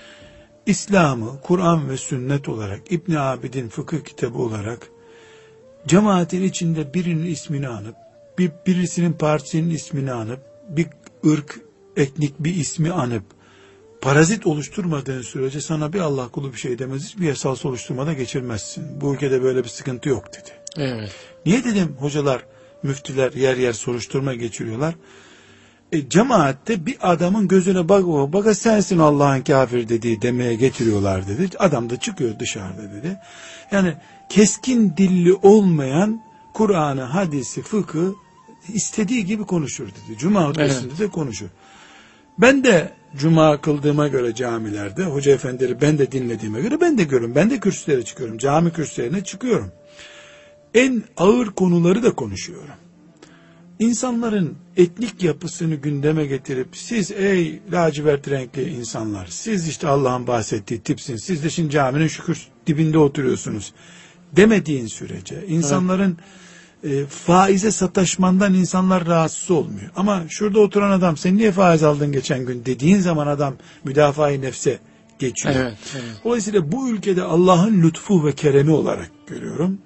Speaker 2: İslam'ı Kur'an ve sünnet olarak İbn Abidin fıkıh kitabı olarak cemaatin içinde birinin ismini anıp bir birisinin partisinin ismini anıp bir ırk etnik bir ismi anıp parazit oluşturmadığın sürece sana bir Allah kulu bir şey demez, bir yasal oluşturmada geçirmezsin. Bu ülkede böyle bir sıkıntı yok dedi.
Speaker 1: Evet.
Speaker 2: Niye dedim hocalar, müftüler yer yer soruşturma geçiriyorlar. E, cemaatte bir adamın gözüne bak o baka sensin Allah'ın kafir dediği demeye getiriyorlar dedi. Adam da çıkıyor dışarıda dedi. Yani keskin dilli olmayan Kur'an'ı, hadisi, fıkı istediği gibi konuşur dedi. Cuma hutbesinde
Speaker 1: Evet.
Speaker 2: de konuşur. Ben de cuma kıldığıma göre camilerde, hoca efendileri ben de dinlediğime göre ben de görüyorum. Ben de kürsülere çıkıyorum. Cami kürsülerine çıkıyorum. En ağır konuları da konuşuyorum. İnsanların etnik yapısını gündeme getirip siz ey lacivert renkli insanlar, siz işte Allah'ın bahsettiği tipsiniz, siz de şimdi caminin şu kürs dibinde oturuyorsunuz demediğin sürece insanların evet. e, faize sataşmandan insanlar rahatsız olmuyor. Ama şurada oturan adam sen niye faiz aldın geçen gün dediğin zaman adam müdafaa-i nefse geçiyor.
Speaker 1: Evet, evet.
Speaker 2: Dolayısıyla bu ülkede Allah'ın lütfu ve keremi olarak görüyorum.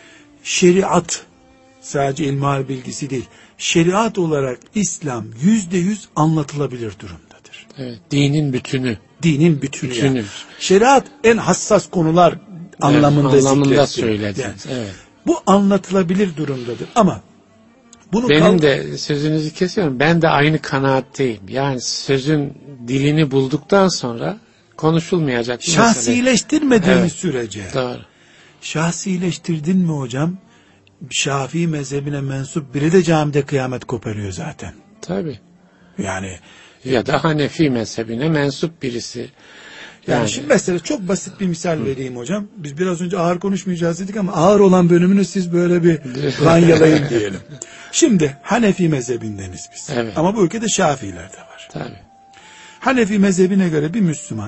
Speaker 2: Şeriat sadece ilmihal bilgisi değil. Şeriat olarak İslam yüzde yüz anlatılabilir durumdadır.
Speaker 1: Evet. Dinin bütünü.
Speaker 2: Dinin bütünü.
Speaker 1: Bütünü.
Speaker 2: Yani. Şeriat en hassas konular anlamında,
Speaker 1: evet, anlamında
Speaker 2: zikrettim.
Speaker 1: söylediniz.
Speaker 2: Yani,
Speaker 1: evet.
Speaker 2: Bu anlatılabilir durumdadır. Ama bunu
Speaker 1: benim
Speaker 2: kal-
Speaker 1: de sözünüzü kesiyorum. Ben de aynı kanaatteyim. Yani sözün dilini bulduktan sonra konuşulmayacak bir mesele.
Speaker 2: şahsileştirmediğimiz
Speaker 1: evet.
Speaker 2: sürece.
Speaker 1: Doğru.
Speaker 2: Şahsileştirdin mi hocam? Şafii mezhebine mensup biri de camide kıyamet koparıyor zaten.
Speaker 1: Tabii.
Speaker 2: Yani
Speaker 1: ya da Hanefi mezhebine mensup birisi.
Speaker 2: Yani,
Speaker 1: yani
Speaker 2: şimdi mesela çok basit bir misal Hı. vereyim hocam. Biz biraz önce ağır konuşmayacağız dedik ama ağır olan bölümünü siz böyle bir ranyalayın diyelim. Şimdi Hanefi mezhebindeniz biz.
Speaker 1: Evet.
Speaker 2: Ama bu ülkede Şafiiler de var.
Speaker 1: Tabii.
Speaker 2: Hanefi mezhebine göre bir Müslüman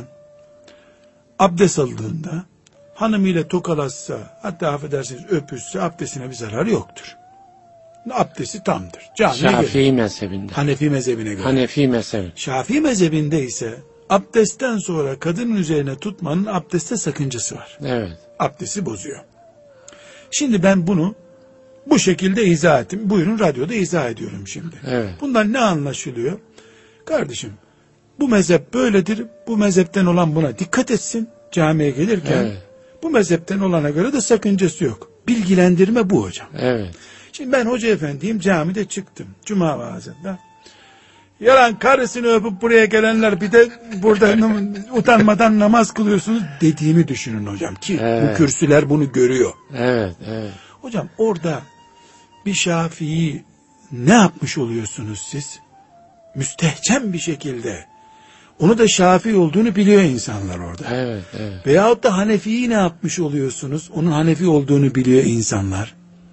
Speaker 2: abdest aldığında hanımıyla tokalaşsa, hatta affedersiniz öpüşse abdestine bir zararı yoktur. Abdesti tamdır. Camiye
Speaker 1: Şafii
Speaker 2: gelir.
Speaker 1: mezhebinde.
Speaker 2: Hanefi mezhebine göre.
Speaker 1: Hanefi mezhebi.
Speaker 2: Şafii mezhebinde ise abdestten sonra kadının üzerine tutmanın abdeste sakıncası var.
Speaker 1: Evet.
Speaker 2: Abdesti bozuyor. Şimdi ben bunu bu şekilde izah ettim. Buyurun radyoda izah ediyorum şimdi.
Speaker 1: Evet.
Speaker 2: Bundan ne anlaşılıyor? Kardeşim bu mezhep böyledir. Bu mezhepten olan buna dikkat etsin camiye gelirken.
Speaker 1: Evet.
Speaker 2: Bu mezhepten olana göre de sakıncası yok. Bilgilendirme bu hocam.
Speaker 1: Evet.
Speaker 2: Şimdi ben hoca efendiyim camide çıktım. Cuma vaazında. Yalan karısını öpüp buraya gelenler bir de burada utanmadan namaz kılıyorsunuz dediğimi düşünün hocam ki
Speaker 1: evet.
Speaker 2: bu kürsüler bunu görüyor.
Speaker 1: Evet, evet.
Speaker 2: Hocam orada bir Şafii ne yapmış oluyorsunuz siz? müstehcen bir şekilde, onu da Şafii olduğunu biliyor insanlar orada.
Speaker 1: Evet, evet.
Speaker 2: Veyahut da Hanefi'yi ne yapmış oluyorsunuz? Onun Hanefi olduğunu biliyor insanlar.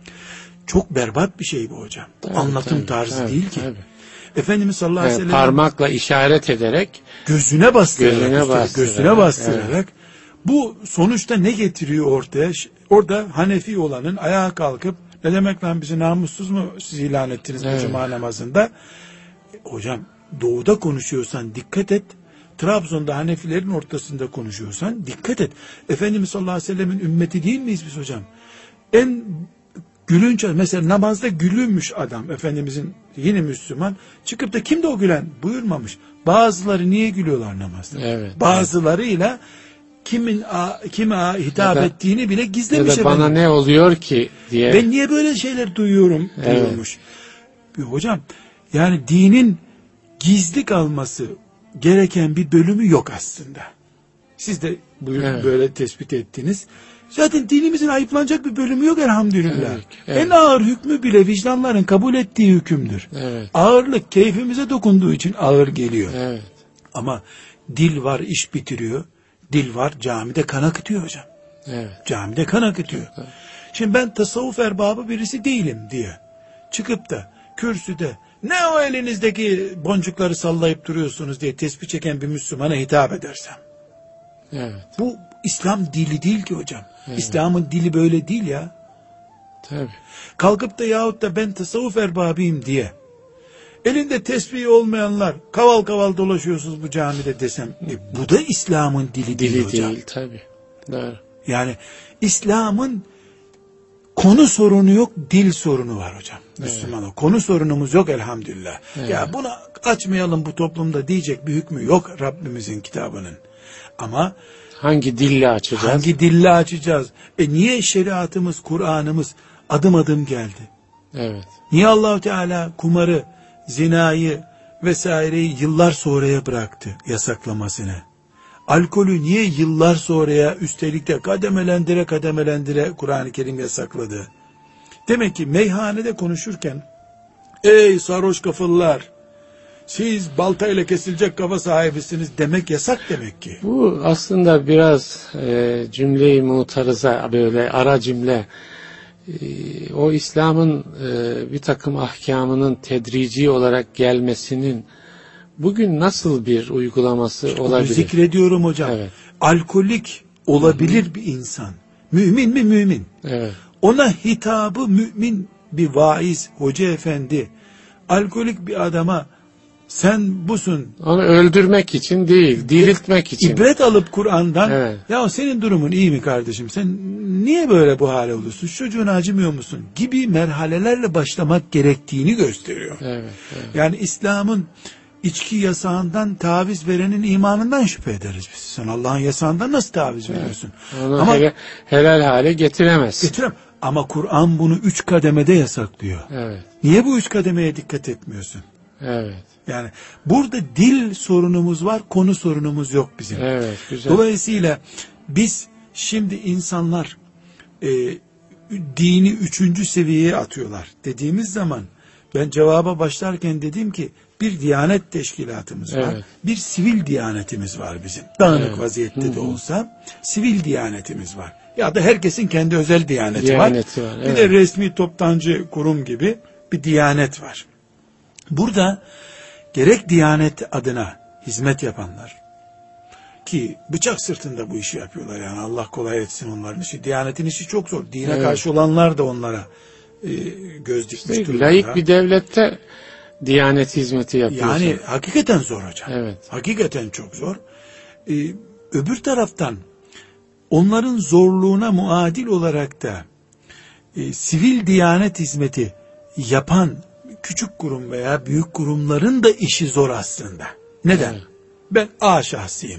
Speaker 2: Çok berbat bir şey bu hocam.
Speaker 1: Tabii,
Speaker 2: Anlatım
Speaker 1: tabii,
Speaker 2: tarzı
Speaker 1: tabii,
Speaker 2: değil ki.
Speaker 1: tabii.
Speaker 2: Efendimiz sallallahu aleyhi ve
Speaker 1: Evet,
Speaker 2: sellem
Speaker 1: parmakla işaret ederek
Speaker 2: gözüne bastırarak,
Speaker 1: gözüne
Speaker 2: üstelik,
Speaker 1: bastırarak,
Speaker 2: gözüne bastırarak
Speaker 1: evet.
Speaker 2: bu sonuçta ne getiriyor ortaya? Orada Hanefi olanın ayağa kalkıp, ne demek lan, bizi namussuz mu siz ilan ettiniz
Speaker 1: Evet.
Speaker 2: bu cuma namazında? Hocam, doğuda konuşuyorsan dikkat et. Trabzon'da Hanefilerin ortasında konuşuyorsan dikkat et. Efendimiz sallallahu aleyhi ve sellemin ümmeti değil miyiz biz hocam? En gülünç, mesela namazda gülünmüş adam, Efendimizin yine Müslüman, çıkıp da kimde o gülen buyurmamış. Bazıları niye gülüyorlar namazda?
Speaker 1: Evet,
Speaker 2: Bazılarıyla kimin a, kime a, hitap
Speaker 1: Ya da-
Speaker 2: ettiğini bile
Speaker 1: ya
Speaker 2: gizlemiş
Speaker 1: da bana
Speaker 2: efendim.
Speaker 1: ne oluyor ki diye.
Speaker 2: Ben niye böyle şeyler duyuyorum diyormuş. Hocam, yani dinin gizli kalması gereken bir bölümü yok aslında. Siz de buyur,
Speaker 1: Evet.
Speaker 2: böyle tespit ettiniz. Zaten dinimizin ayıplanacak bir bölümü yok elhamdülillah.
Speaker 1: Evet, evet.
Speaker 2: En ağır hükmü bile vicdanların kabul ettiği hükümdür.
Speaker 1: Evet.
Speaker 2: Ağırlık keyfimize dokunduğu için ağır geliyor.
Speaker 1: Evet.
Speaker 2: Ama dil var iş bitiriyor. Dil var camide kan akıtıyor hocam.
Speaker 1: Evet.
Speaker 2: Camide kan akıtıyor.
Speaker 1: Evet.
Speaker 2: Şimdi ben tasavvuf erbabı birisi değilim diye çıkıp da kürsüde ne o elinizdeki boncukları sallayıp duruyorsunuz diye tespih çeken bir Müslümana hitap edersem,
Speaker 1: Evet.
Speaker 2: bu İslam dili değil ki hocam.
Speaker 1: Evet.
Speaker 2: İslam'ın dili böyle değil ya.
Speaker 1: Tabii.
Speaker 2: Kalkıp da yahut da ben tasavvuf erbabıyım diye elinde tesbih olmayanlar kaval kaval dolaşıyorsunuz bu camide desem, e, bu da İslam'ın dili, değil
Speaker 1: Dili
Speaker 2: hocam.
Speaker 1: değil tabii. Doğru.
Speaker 2: Yani İslam'ın konu sorunu yok, dil sorunu var hocam. Müslüman o. Konu sorunumuz yok elhamdülillah.
Speaker 1: Evet.
Speaker 2: Ya buna açmayalım bu toplumda diyecek bir hükmü yok Rabbimizin kitabının. Ama
Speaker 1: Hangi dille açacağız?
Speaker 2: hangi dille açacağız? E niye şeriatımız, Kur'an'ımız adım adım geldi?
Speaker 1: Evet.
Speaker 2: Niye Allahu Teala kumarı, zinayı vesaireyi yıllar sonraya bıraktı yasaklamasını? Alkolü niye yıllar sonraya, üstelik de kademelendire kademelendire Kur'an-ı Kerim yasakladı? Demek ki meyhanede konuşurken, ey sarhoş kafalılar, siz baltayla kesilecek kafa sahibisiniz demek yasak demek ki.
Speaker 1: Bu aslında biraz e, cümle-i mutarıza, böyle ara cümle, e, o İslam'ın e, bir takım ahkamının tedrici olarak gelmesinin bugün nasıl bir uygulaması
Speaker 2: Onu
Speaker 1: olabilir?
Speaker 2: zikrediyorum hocam.
Speaker 1: Evet.
Speaker 2: Alkolik olabilir bir insan. Mümin mi mümin?
Speaker 1: Evet.
Speaker 2: Ona hitabı mümin bir vaiz, hoca efendi, alkolik bir adama sen busun,
Speaker 1: Onu öldürmek için değil, diriltmek için.
Speaker 2: İbret alıp Kur'an'dan,
Speaker 1: Evet.
Speaker 2: ya senin durumun iyi mi kardeşim, sen niye böyle bu hale olursun, çocuğuna acımıyor musun gibi merhalelerle başlamak gerektiğini gösteriyor.
Speaker 1: Evet, evet.
Speaker 2: Yani İslam'ın içki yasağından taviz verenin imanından şüphe ederiz biz. Sen Allah'ın yasağından nasıl taviz veriyorsun?
Speaker 1: Onu
Speaker 2: Ama
Speaker 1: hele- helal hale getiremez.
Speaker 2: getirem. Ama Kur'an bunu üç kademede yasaklıyor.
Speaker 1: Evet,
Speaker 2: Niye bu üç kademeye dikkat etmiyorsun?
Speaker 1: evet,
Speaker 2: Yani burada dil sorunumuz var, konu sorunumuz yok bizim.
Speaker 1: evet, güzel.
Speaker 2: Dolayısıyla biz şimdi insanlar e, dini üçüncü seviyeye atıyorlar dediğimiz zaman, ben cevaba başlarken dedim ki bir diyanet teşkilatımız var,
Speaker 1: Evet.
Speaker 2: bir sivil diyanetimiz var bizim. Dağınık
Speaker 1: Evet.
Speaker 2: vaziyette
Speaker 1: Hı
Speaker 2: de
Speaker 1: hı.
Speaker 2: olsa sivil diyanetimiz var. Ya da herkesin kendi özel diyaneti,
Speaker 1: Diyaneti
Speaker 2: var.
Speaker 1: var,
Speaker 2: Bir
Speaker 1: evet.
Speaker 2: de resmi toptancı kurum gibi bir diyanet var. Burada gerek diyanet adına hizmet yapanlar, ki bıçak sırtında bu işi yapıyorlar, yani Allah kolay etsin onların işi. Diyanetin işi çok zor. Dine
Speaker 1: Evet.
Speaker 2: karşı olanlar da onlara e, göz dikmiş
Speaker 1: İşte
Speaker 2: durumda.
Speaker 1: laik bir devlette diyanet hizmeti yapıyorsun.
Speaker 2: Yani hakikaten zor hocam.
Speaker 1: Evet.
Speaker 2: Hakikaten çok zor. Ee, öbür taraftan onların zorluğuna muadil olarak da e, sivil diyanet hizmeti yapan küçük kurum veya büyük kurumların da işi zor aslında. Neden?
Speaker 1: Evet.
Speaker 2: Ben A şahsiyim.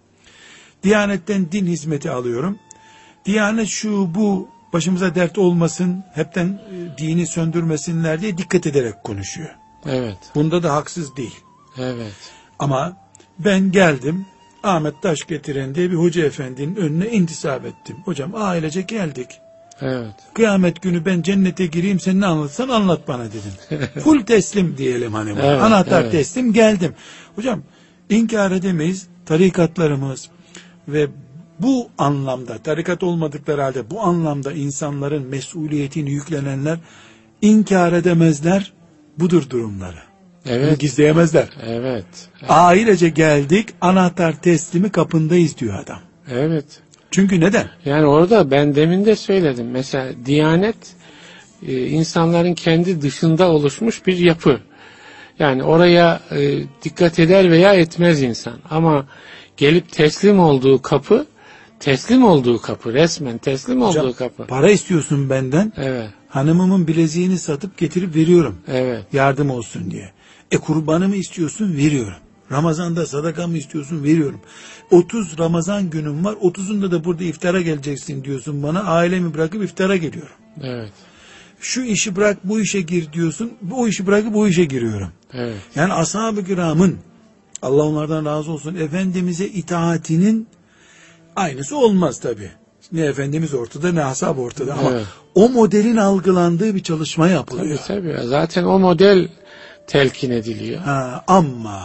Speaker 2: Diyanetten din hizmeti alıyorum. Diyanet şu bu başımıza dert olmasın, hepten e, dini söndürmesinler diye dikkat ederek konuşuyor.
Speaker 1: Evet,
Speaker 2: Bunda da haksız değil.
Speaker 1: evet,
Speaker 2: Ama ben geldim, Ahmet Taşgetiren diye bir hoca efendinin önüne intisap ettim. Hocam ailece geldik.
Speaker 1: Evet.
Speaker 2: Kıyamet günü ben cennete gireyim, sen ne anlatsan anlat bana dedim. Full teslim diyelim hani.
Speaker 1: Evet,
Speaker 2: Anahtar
Speaker 1: evet.
Speaker 2: teslim, geldim. Hocam inkar edemeyiz, tarikatlarımız ve bu anlamda, tarikat olmadıkları halde bu anlamda insanların mesuliyetini yüklenenler inkar edemezler, budur durumları.
Speaker 1: Evet.
Speaker 2: Bunu gizleyemezler.
Speaker 1: Evet.
Speaker 2: Ailece geldik, anahtar teslimi kapındayız diyor adam.
Speaker 1: Evet.
Speaker 2: Çünkü neden?
Speaker 1: Yani orada ben demin de söyledim. Mesela Diyanet e, insanların kendi dışında oluşmuş bir yapı. Yani oraya e, dikkat eder veya etmez insan. Ama gelip teslim olduğu kapı, teslim olduğu kapı, resmen teslim
Speaker 2: Hocam,
Speaker 1: olduğu kapı.
Speaker 2: para istiyorsun benden.
Speaker 1: Evet.
Speaker 2: Hanımımın bileziğini satıp getirip veriyorum.
Speaker 1: Evet.
Speaker 2: Yardım olsun diye. E kurbanı mı istiyorsun? Veriyorum. Ramazan'da sadaka mı istiyorsun? Veriyorum. otuz Ramazan günüm var. otuzunda da burada iftara geleceksin diyorsun bana. Ailemi bırakıp iftara geliyorum.
Speaker 1: Evet.
Speaker 2: Şu işi bırak, bu işe gir diyorsun. Bu işi bırakıp bu işe giriyorum.
Speaker 1: Evet.
Speaker 2: Yani ashab-ı kiramın, Allah onlardan razı olsun, Efendimiz'e itaatinin aynısı olmaz tabi. Ne Efendimiz ortada ne ashab ortada. Ama
Speaker 1: Evet.
Speaker 2: o modelin algılandığı bir çalışma yapılıyor.
Speaker 1: Tabii tabii. Zaten o model telkin ediliyor.
Speaker 2: Ha, ama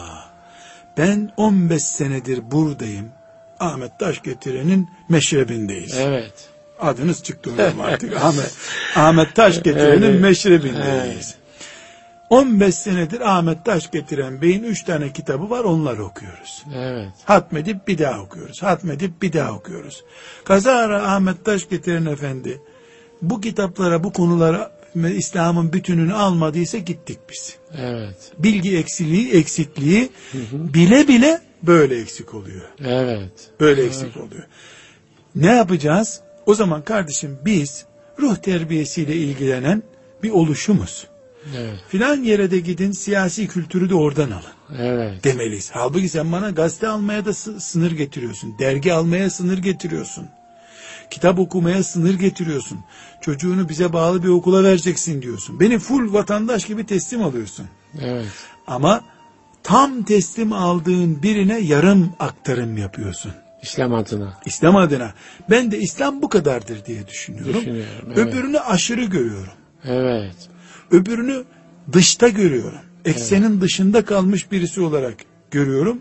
Speaker 2: ben on beş senedir buradayım. Ahmet Taşgetiren'in meşrebindeyiz.
Speaker 1: Evet.
Speaker 2: Adınız çıktı hocam artık. Ahmet, Ahmet Taşgetiren'in
Speaker 1: Evet.
Speaker 2: meşrebindeyiz.
Speaker 1: Evet.
Speaker 2: on beş senedir Ahmet Taşgetiren Bey'in üç tane kitabı var, onları okuyoruz.
Speaker 1: Evet.
Speaker 2: Hatmedip bir daha okuyoruz. Hatmedip bir daha okuyoruz. Kazara Ahmet Taşgetiren Efendi bu kitaplara, bu konulara İslam'ın bütününü almadıysa gittik biz.
Speaker 1: Evet.
Speaker 2: Bilgi eksiliği, eksikliği bile bile böyle eksik oluyor.
Speaker 1: Evet.
Speaker 2: Böyle eksik oluyor. Ne yapacağız? O zaman kardeşim biz ruh terbiyesiyle ilgilenen bir oluşumuz.
Speaker 1: Evet.
Speaker 2: Filan yere de gidin, siyasi kültürü de oradan alın
Speaker 1: Evet.
Speaker 2: demeliyiz. Halbuki sen bana gazete almaya da sı- sınır getiriyorsun. Dergi almaya sınır getiriyorsun. Kitap okumaya sınır getiriyorsun. Çocuğunu bize bağlı bir okula vereceksin diyorsun. Beni full vatandaş gibi teslim alıyorsun.
Speaker 1: Evet.
Speaker 2: Ama tam teslim aldığın birine yarım aktarım yapıyorsun.
Speaker 1: İslam adına.
Speaker 2: İslam adına. Ben de İslam bu kadardır diye düşünüyorum.
Speaker 1: Düşünüyorum, evet.
Speaker 2: Öbürünü aşırı görüyorum.
Speaker 1: Evet.
Speaker 2: Öbürünü dışta görüyorum. Eksenin evet. dışında kalmış birisi olarak görüyorum.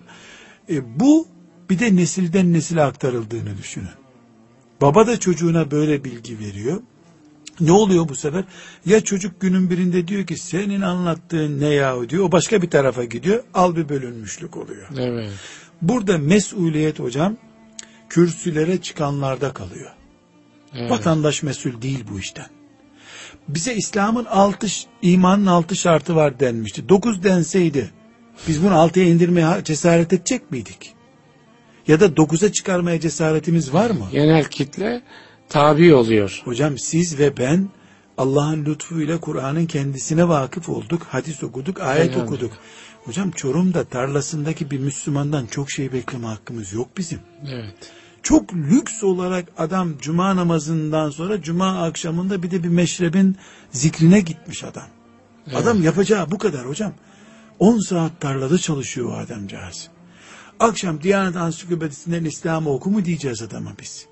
Speaker 2: E, bu bir de nesilden nesile aktarıldığını düşünün. Baba da çocuğuna böyle bilgi veriyor. Ne oluyor bu sefer? Ya çocuk günün birinde diyor ki senin anlattığın ne yahu diyor. O başka bir tarafa gidiyor. Al bir bölünmüşlük oluyor.
Speaker 1: Evet.
Speaker 2: Burada mesuliyet hocam kürsülere çıkanlarda kalıyor. Evet. Vatandaş mesul değil bu işten. Bize İslam'ın altı, imanın altı şartı var denmişti. Dokuz denseydi biz bunu altıya indirmeye cesaret edecek miydik? Ya da dokuza çıkarmaya cesaretimiz var mı?
Speaker 1: Genel kitle tabi oluyor.
Speaker 2: Hocam siz ve ben Allah'ın lütfuyla Kur'an'ın kendisine vakıf olduk. Hadis okuduk, ayet
Speaker 1: Eyvallah.
Speaker 2: okuduk. Hocam Çorum'da tarlasındaki bir Müslümandan çok şey bekleme hakkımız yok bizim.
Speaker 1: Evet.
Speaker 2: Çok lüks olarak adam cuma namazından sonra cuma akşamında bir de bir meşrebin zikrine gitmiş adam. Evet. Adam yapacağı bu kadar hocam. on saat tarlada çalışıyor o adamcağız. Akşam Diyanet Ansiklopedisinden İslam'ı oku mu diyeceğiz adama biz?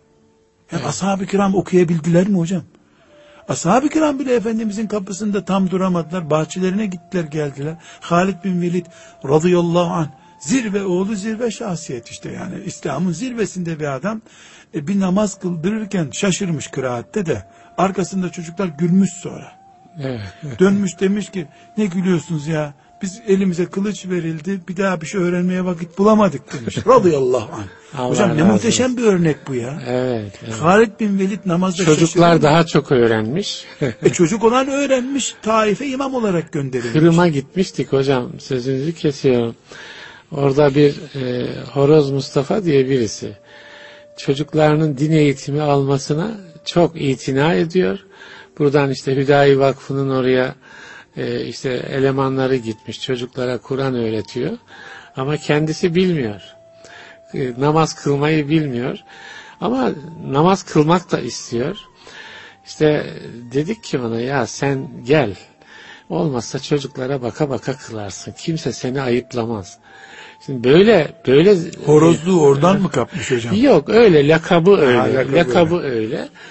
Speaker 2: Yani evet. Ashab-ı kiram okuyabildiler mi hocam? Ashab-ı kiram bile Efendimizin kapısında tam duramadılar. Bahçelerine gittiler geldiler. Halid bin Velid radıyallahu anh zirve oğlu zirve şahsiyet işte yani. İslam'ın zirvesinde bir adam e, bir namaz kıldırırken şaşırmış kıraatte de. Arkasında çocuklar gülmüş sonra.
Speaker 1: Evet.
Speaker 2: Dönmüş demiş ki ne gülüyorsunuz ya? Biz elimize kılıç verildi. Bir daha bir şey öğrenmeye vakit bulamadık demiş. Radıyallahu anh. Hocam ne muhteşem olsun. Bir örnek bu ya.
Speaker 1: Evet. evet.
Speaker 2: Halid bin Velid namazda
Speaker 1: çocuklar daha çok öğrenmiş.
Speaker 2: e çocuk olan öğrenmiş. Taif'e imam olarak gönderilmiş.
Speaker 1: Kırım'a gitmiştik hocam. Sözünüzü kesiyorum. Orada bir e, Horoz Mustafa diye birisi. Çocuklarının din eğitimi almasına çok itina ediyor. Buradan işte Hüdayi Vakfı'nın oraya e, işte elemanları gitmiş. Çocuklara Kur'an öğretiyor. Ama kendisi bilmiyor. E, namaz kılmayı bilmiyor. Ama namaz kılmak da istiyor. İşte dedik ki ona ya sen gel. Olmazsa çocuklara baka baka kılarsın. Kimse seni ayıplamaz. Şimdi böyle böyle
Speaker 2: horozluğu oradan mı kapmış hocam?
Speaker 1: Yok öyle lakabı öyle.
Speaker 2: Ha, lakabı,
Speaker 1: lakabı öyle. öyle.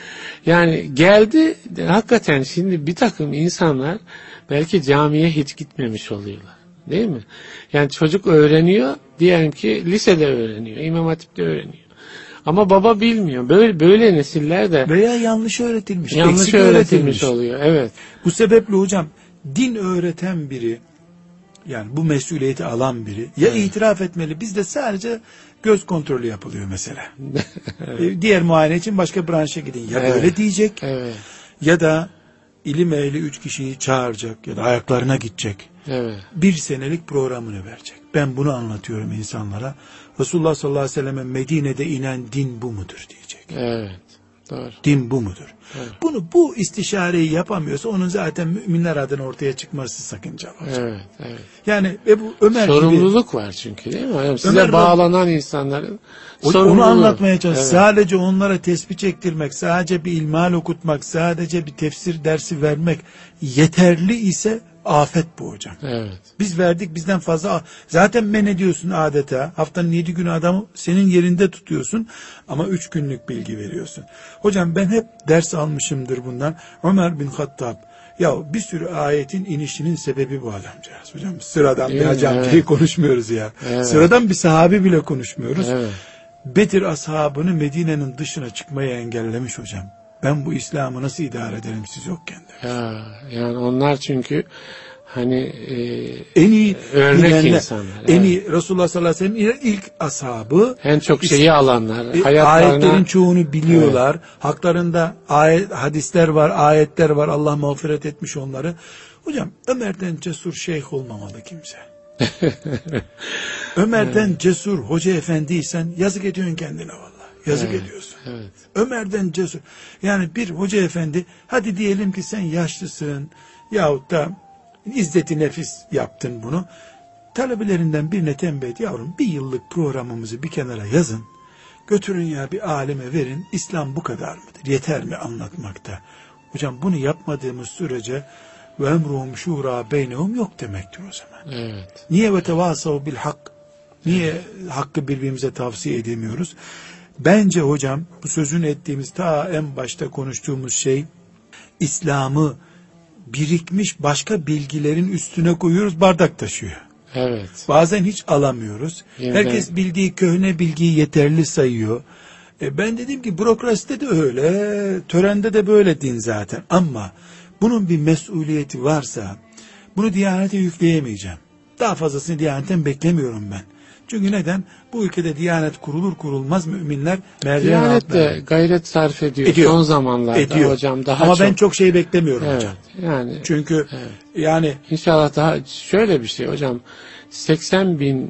Speaker 1: Yani geldi hakikaten şimdi bir takım insanlar belki camiye hiç gitmemiş oluyorlar. Değil mi? Yani çocuk öğreniyor, diyelim ki lisede öğreniyor, İmam Hatip'te öğreniyor. Ama baba bilmiyor. Böyle böyle nesiller de
Speaker 2: veya yanlış öğretilmiş,
Speaker 1: yanlış
Speaker 2: eksik
Speaker 1: öğretilmiş,
Speaker 2: öğretilmiş
Speaker 1: oluyor. Evet.
Speaker 2: Bu sebeple hocam din öğreten biri, yani bu mesuliyeti alan biri ya evet. itiraf etmeli. Bizde sadece göz kontrolü yapılıyor mesela. Evet. Diğer muayene için başka branşa gidin. Ya evet. böyle diyecek
Speaker 1: evet.
Speaker 2: ya da ilim ehli üç kişiyi çağıracak ya da ayaklarına gidecek.
Speaker 1: Evet.
Speaker 2: Bir senelik programını verecek. Ben bunu anlatıyorum insanlara. Resulullah sallallahu aleyhi ve sellem'e Medine'de inen din bu mudur diyecek.
Speaker 1: Evet. Doğru.
Speaker 2: Din bu mudur?
Speaker 1: Evet.
Speaker 2: Bunu bu istişareyi yapamıyorsa onun zaten müminler adına ortaya çıkması sakıncalı hocam.
Speaker 1: Evet, evet.
Speaker 2: Yani Ebu Ömer
Speaker 1: sorumluluk
Speaker 2: gibi,
Speaker 1: var çünkü değil mi? Yani size
Speaker 2: Ömer
Speaker 1: bağlanan insanların
Speaker 2: sorumluluğu. Onu anlatmaya çalışıyor. Evet. Sadece onlara tespih çektirmek, sadece bir ilmihal okutmak, sadece bir tefsir dersi vermek yeterli ise afet bu hocam.
Speaker 1: Evet.
Speaker 2: Biz verdik, bizden fazla. Zaten men ediyorsun adeta. Haftanın yedi günü adamı senin yerinde tutuyorsun. Ama üç günlük bilgi veriyorsun. Hocam ben hep ders almışımdır bundan. Ömer bin Hattab. Ya bir sürü ayetin inişinin sebebi bu adamcağız. Hocam sıradan bir hacam evet. şey konuşmuyoruz ya. Evet. Sıradan bir sahabi bile konuşmuyoruz.
Speaker 1: Evet.
Speaker 2: Bedir ashabını Medine'nin dışına çıkmaya engellemiş hocam. Ben bu İslam'ı nasıl idare ederim siz yokken de.
Speaker 1: Ya, yani onlar çünkü hani e,
Speaker 2: en iyi
Speaker 1: örnek
Speaker 2: bilenler,
Speaker 1: insanlar.
Speaker 2: En
Speaker 1: evet.
Speaker 2: iyi Resulullah sallallahu aleyhi ve sellem'in ilk ashabı.
Speaker 1: En çok şeyi
Speaker 2: İslam,
Speaker 1: alanlar.
Speaker 2: E,
Speaker 1: hayatlarına,
Speaker 2: ayetlerin çoğunu biliyorlar.
Speaker 1: Evet.
Speaker 2: Haklarında ayet, hadisler var, ayetler var. Allah mağfiret etmiş onları. Hocam Ömer'den cesur şeyh olmamalı kimse. Ömer'den evet. cesur hoca efendiysen yazık ediyorsun kendine vallahi. Yazık
Speaker 1: evet,
Speaker 2: ediyorsun.
Speaker 1: Evet.
Speaker 2: Ömer'den cesur. Yani bir hoca efendi, hadi diyelim ki sen yaşlısın yahut da izzeti nefis yaptın bunu. Talebelerinden birine tembih et, yavrum bir yıllık programımızı bir kenara yazın. Götürün ya bir alime verin. İslam bu kadar mıdır? Yeter mi anlatmakta? Hocam bunu yapmadığımız sürece ve emruhum şura beynehum yok demektir o zaman.
Speaker 1: Evet.
Speaker 2: Niye ve tevasav bil hak? Niye evet. hakkı birbirimize tavsiye edemiyoruz? Bence hocam bu sözünü ettiğimiz ta en başta konuştuğumuz şey İslam'ı birikmiş başka bilgilerin üstüne koyuyoruz, bardak taşıyor.
Speaker 1: Evet.
Speaker 2: Bazen hiç alamıyoruz. Yeniden... Herkes bildiği köhne bilgiyi yeterli sayıyor. E ben dedim ki bürokraside de öyle, törende de böyle din zaten. Ama bunun bir mesuliyeti varsa bunu Diyanete yükleyemeyeceğim. Daha fazlasını Diyanet'ten beklemiyorum ben. Çünkü neden? Bu ülkede Diyanet kurulur kurulmaz müminler merdiven
Speaker 1: Diyanet
Speaker 2: altına.
Speaker 1: de gayret sarf ediyor.
Speaker 2: ediyor.
Speaker 1: Son zamanlarda
Speaker 2: ediyor.
Speaker 1: hocam daha
Speaker 2: Ama
Speaker 1: çok.
Speaker 2: ben çok şey beklemiyorum
Speaker 1: evet,
Speaker 2: hocam.
Speaker 1: Yani.
Speaker 2: Çünkü
Speaker 1: evet.
Speaker 2: yani.
Speaker 1: İnşallah daha şöyle bir şey hocam. seksen bin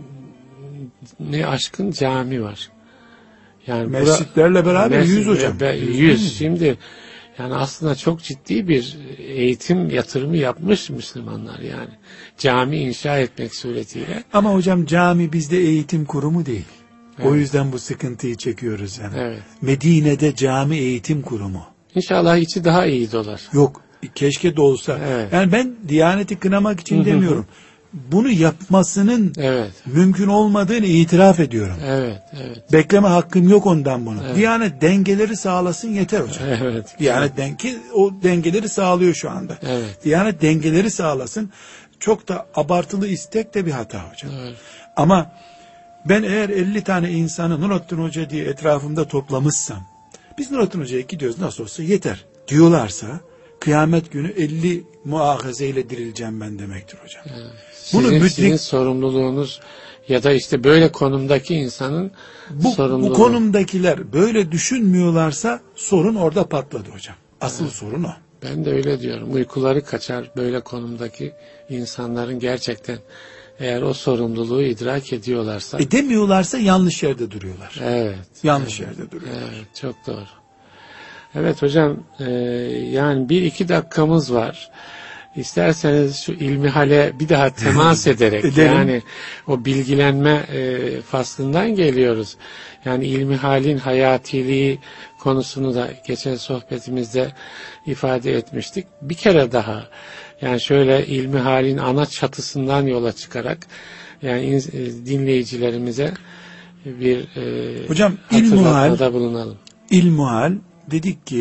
Speaker 1: ne aşkın cami var. Yani
Speaker 2: mescitlerle beraber
Speaker 1: mescid,
Speaker 2: yüz hocam.
Speaker 1: yüz. Şimdi yani aslında çok ciddi bir eğitim yatırımı yapmış Müslümanlar yani. Cami inşa etmek suretiyle.
Speaker 2: Ama hocam cami bizde eğitim kurumu değil.
Speaker 1: Evet.
Speaker 2: O yüzden bu sıkıntıyı çekiyoruz yani.
Speaker 1: Evet.
Speaker 2: Medine'de cami eğitim kurumu.
Speaker 1: İnşallah içi daha iyi dolar.
Speaker 2: Yok. Keşke de olsa.
Speaker 1: Evet.
Speaker 2: Yani ben Diyaneti kınamak için hı hı. demiyorum. Bunu yapmasının
Speaker 1: evet.
Speaker 2: mümkün olmadığını itiraf ediyorum.
Speaker 1: Evet, evet.
Speaker 2: Bekleme hakkım yok ondan bunu.
Speaker 1: Evet.
Speaker 2: Diyanet dengeleri sağlasın yeter hocam.
Speaker 1: Evet.
Speaker 2: Diyanet denge, o dengeleri sağlıyor şu anda.
Speaker 1: Evet.
Speaker 2: Diyanet dengeleri sağlasın. Çok da abartılı istek de bir hata hocam.
Speaker 1: Evet.
Speaker 2: Ama ben eğer elli tane insanı Nurattin Hoca diye etrafımda toplamışsam, biz Nurattin Hoca'ya gidiyoruz nasıl olsa yeter diyorlarsa, kıyamet günü elli muahazeyle dirileceğim ben demektir hocam.
Speaker 1: Evet. Sizin,
Speaker 2: Bunu müdrik,
Speaker 1: sizin sorumluluğunuz ya da işte böyle konumdaki insanın
Speaker 2: bu,
Speaker 1: sorumluluğu.
Speaker 2: Bu konumdakiler böyle düşünmüyorlarsa sorun orada patladı hocam. Asıl evet. sorun o.
Speaker 1: Ben de öyle diyorum. Uykuları kaçar böyle konumdaki insanların gerçekten eğer o sorumluluğu idrak ediyorlarsa.
Speaker 2: Edemiyorlarsa yanlış yerde duruyorlar.
Speaker 1: Evet.
Speaker 2: Yanlış
Speaker 1: evet,
Speaker 2: yerde duruyorlar.
Speaker 1: Evet, çok doğru. Evet hocam, e, yani bir iki dakikamız var. İsterseniz şu ilmihale bir daha temas ederek yani o bilgilenme e, faslından geliyoruz. Yani ilmihalin hayatiliği konusunu da geçen sohbetimizde ifade etmiştik. Bir kere daha yani şöyle ilmihalin ana çatısından yola çıkarak yani dinleyicilerimize bir e,
Speaker 2: hocam
Speaker 1: hatırlatmada bulunalım.
Speaker 2: İlmuhal dedik ki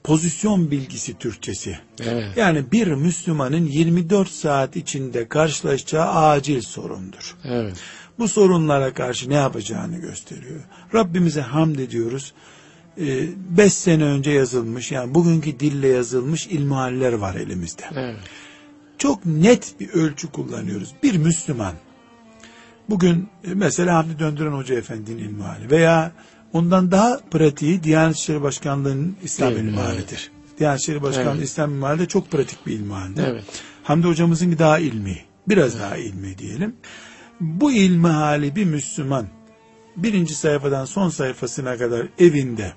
Speaker 2: pozisyon bilgisi Türkçesi.
Speaker 1: Evet.
Speaker 2: Yani bir Müslümanın yirmi dört saat içinde karşılaşacağı acil sorundur.
Speaker 1: Evet.
Speaker 2: Bu sorunlara karşı ne yapacağını gösteriyor. Rabbimize hamd ediyoruz. Beş sene önce yazılmış, yani bugünkü dille yazılmış ilmihaller var elimizde.
Speaker 1: Evet.
Speaker 2: Çok net bir ölçü kullanıyoruz. Bir Müslüman, bugün mesela Hamdi Döndüren Hoca Efendi'nin ilmihali veya ondan daha pratiği Diyanet İşleri Başkanlığı'nın İslam
Speaker 1: Evet,
Speaker 2: ilmihalidir. Evet. Diyanet İşleri Başkanlığı
Speaker 1: Evet.
Speaker 2: İslam ilmihali de çok pratik bir ilmihaldir.
Speaker 1: Evet.
Speaker 2: Hamdi hocamızınki daha ilmi, biraz evet. daha ilmi diyelim. Bu ilmihali bir Müslüman birinci sayfadan son sayfasına kadar evinde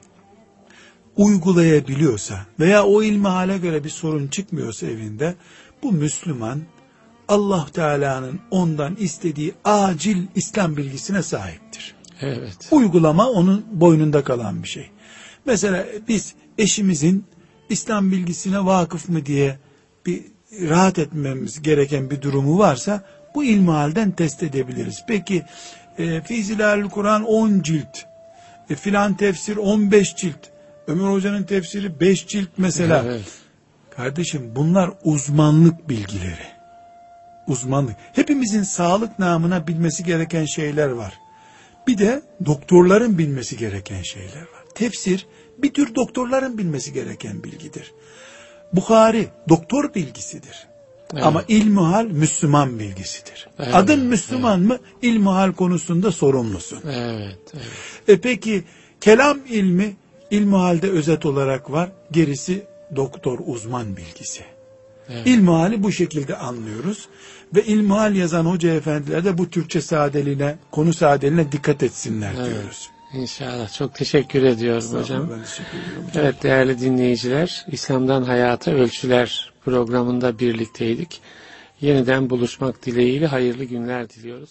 Speaker 2: uygulayabiliyorsa veya o ilmihale göre bir sorun çıkmıyorsa evinde, bu Müslüman Allah Teala'nın ondan istediği acil İslam bilgisine sahiptir.
Speaker 1: Evet.
Speaker 2: Uygulama onun boynunda kalan bir şey. Mesela biz eşimizin İslam bilgisine vakıf mı diye bir rahat etmemiz gereken bir durumu varsa bu ilmihalden test edebiliriz. Peki e, Fizilal Kur'an on cilt, e, filan tefsir on beş cilt, Ömer Hoca'nın tefsiri beş cilt mesela. Evet. Kardeşim, bunlar uzmanlık bilgileri. Uzmanlık. Hepimizin sağlık namına bilmesi gereken şeyler var. Bir de doktorların bilmesi gereken şeyler var. Tefsir bir tür doktorların bilmesi gereken bilgidir. Bukhari doktor bilgisidir. Evet. Ama ilmihal Müslüman bilgisidir. Evet. Adın Müslüman evet. mı? İlmihal konusunda sorumlusun.
Speaker 1: Evet. Evet.
Speaker 2: E peki kelam ilmi ilmihalde özet olarak var. Gerisi doktor, uzman bilgisi. Evet. İlmihali bu şekilde anlıyoruz. Ve ilmihal yazan hoca efendiler de bu Türkçe sadeliğine, konu sadeliğine dikkat etsinler evet. diyoruz.
Speaker 1: İnşallah. Çok teşekkür ediyorum hocam. Ben teşekkür ediyorum hocam. Evet değerli dinleyiciler, İslam'dan Hayata Ölçüler programında birlikteydik. Yeniden buluşmak dileğiyle hayırlı günler diliyoruz.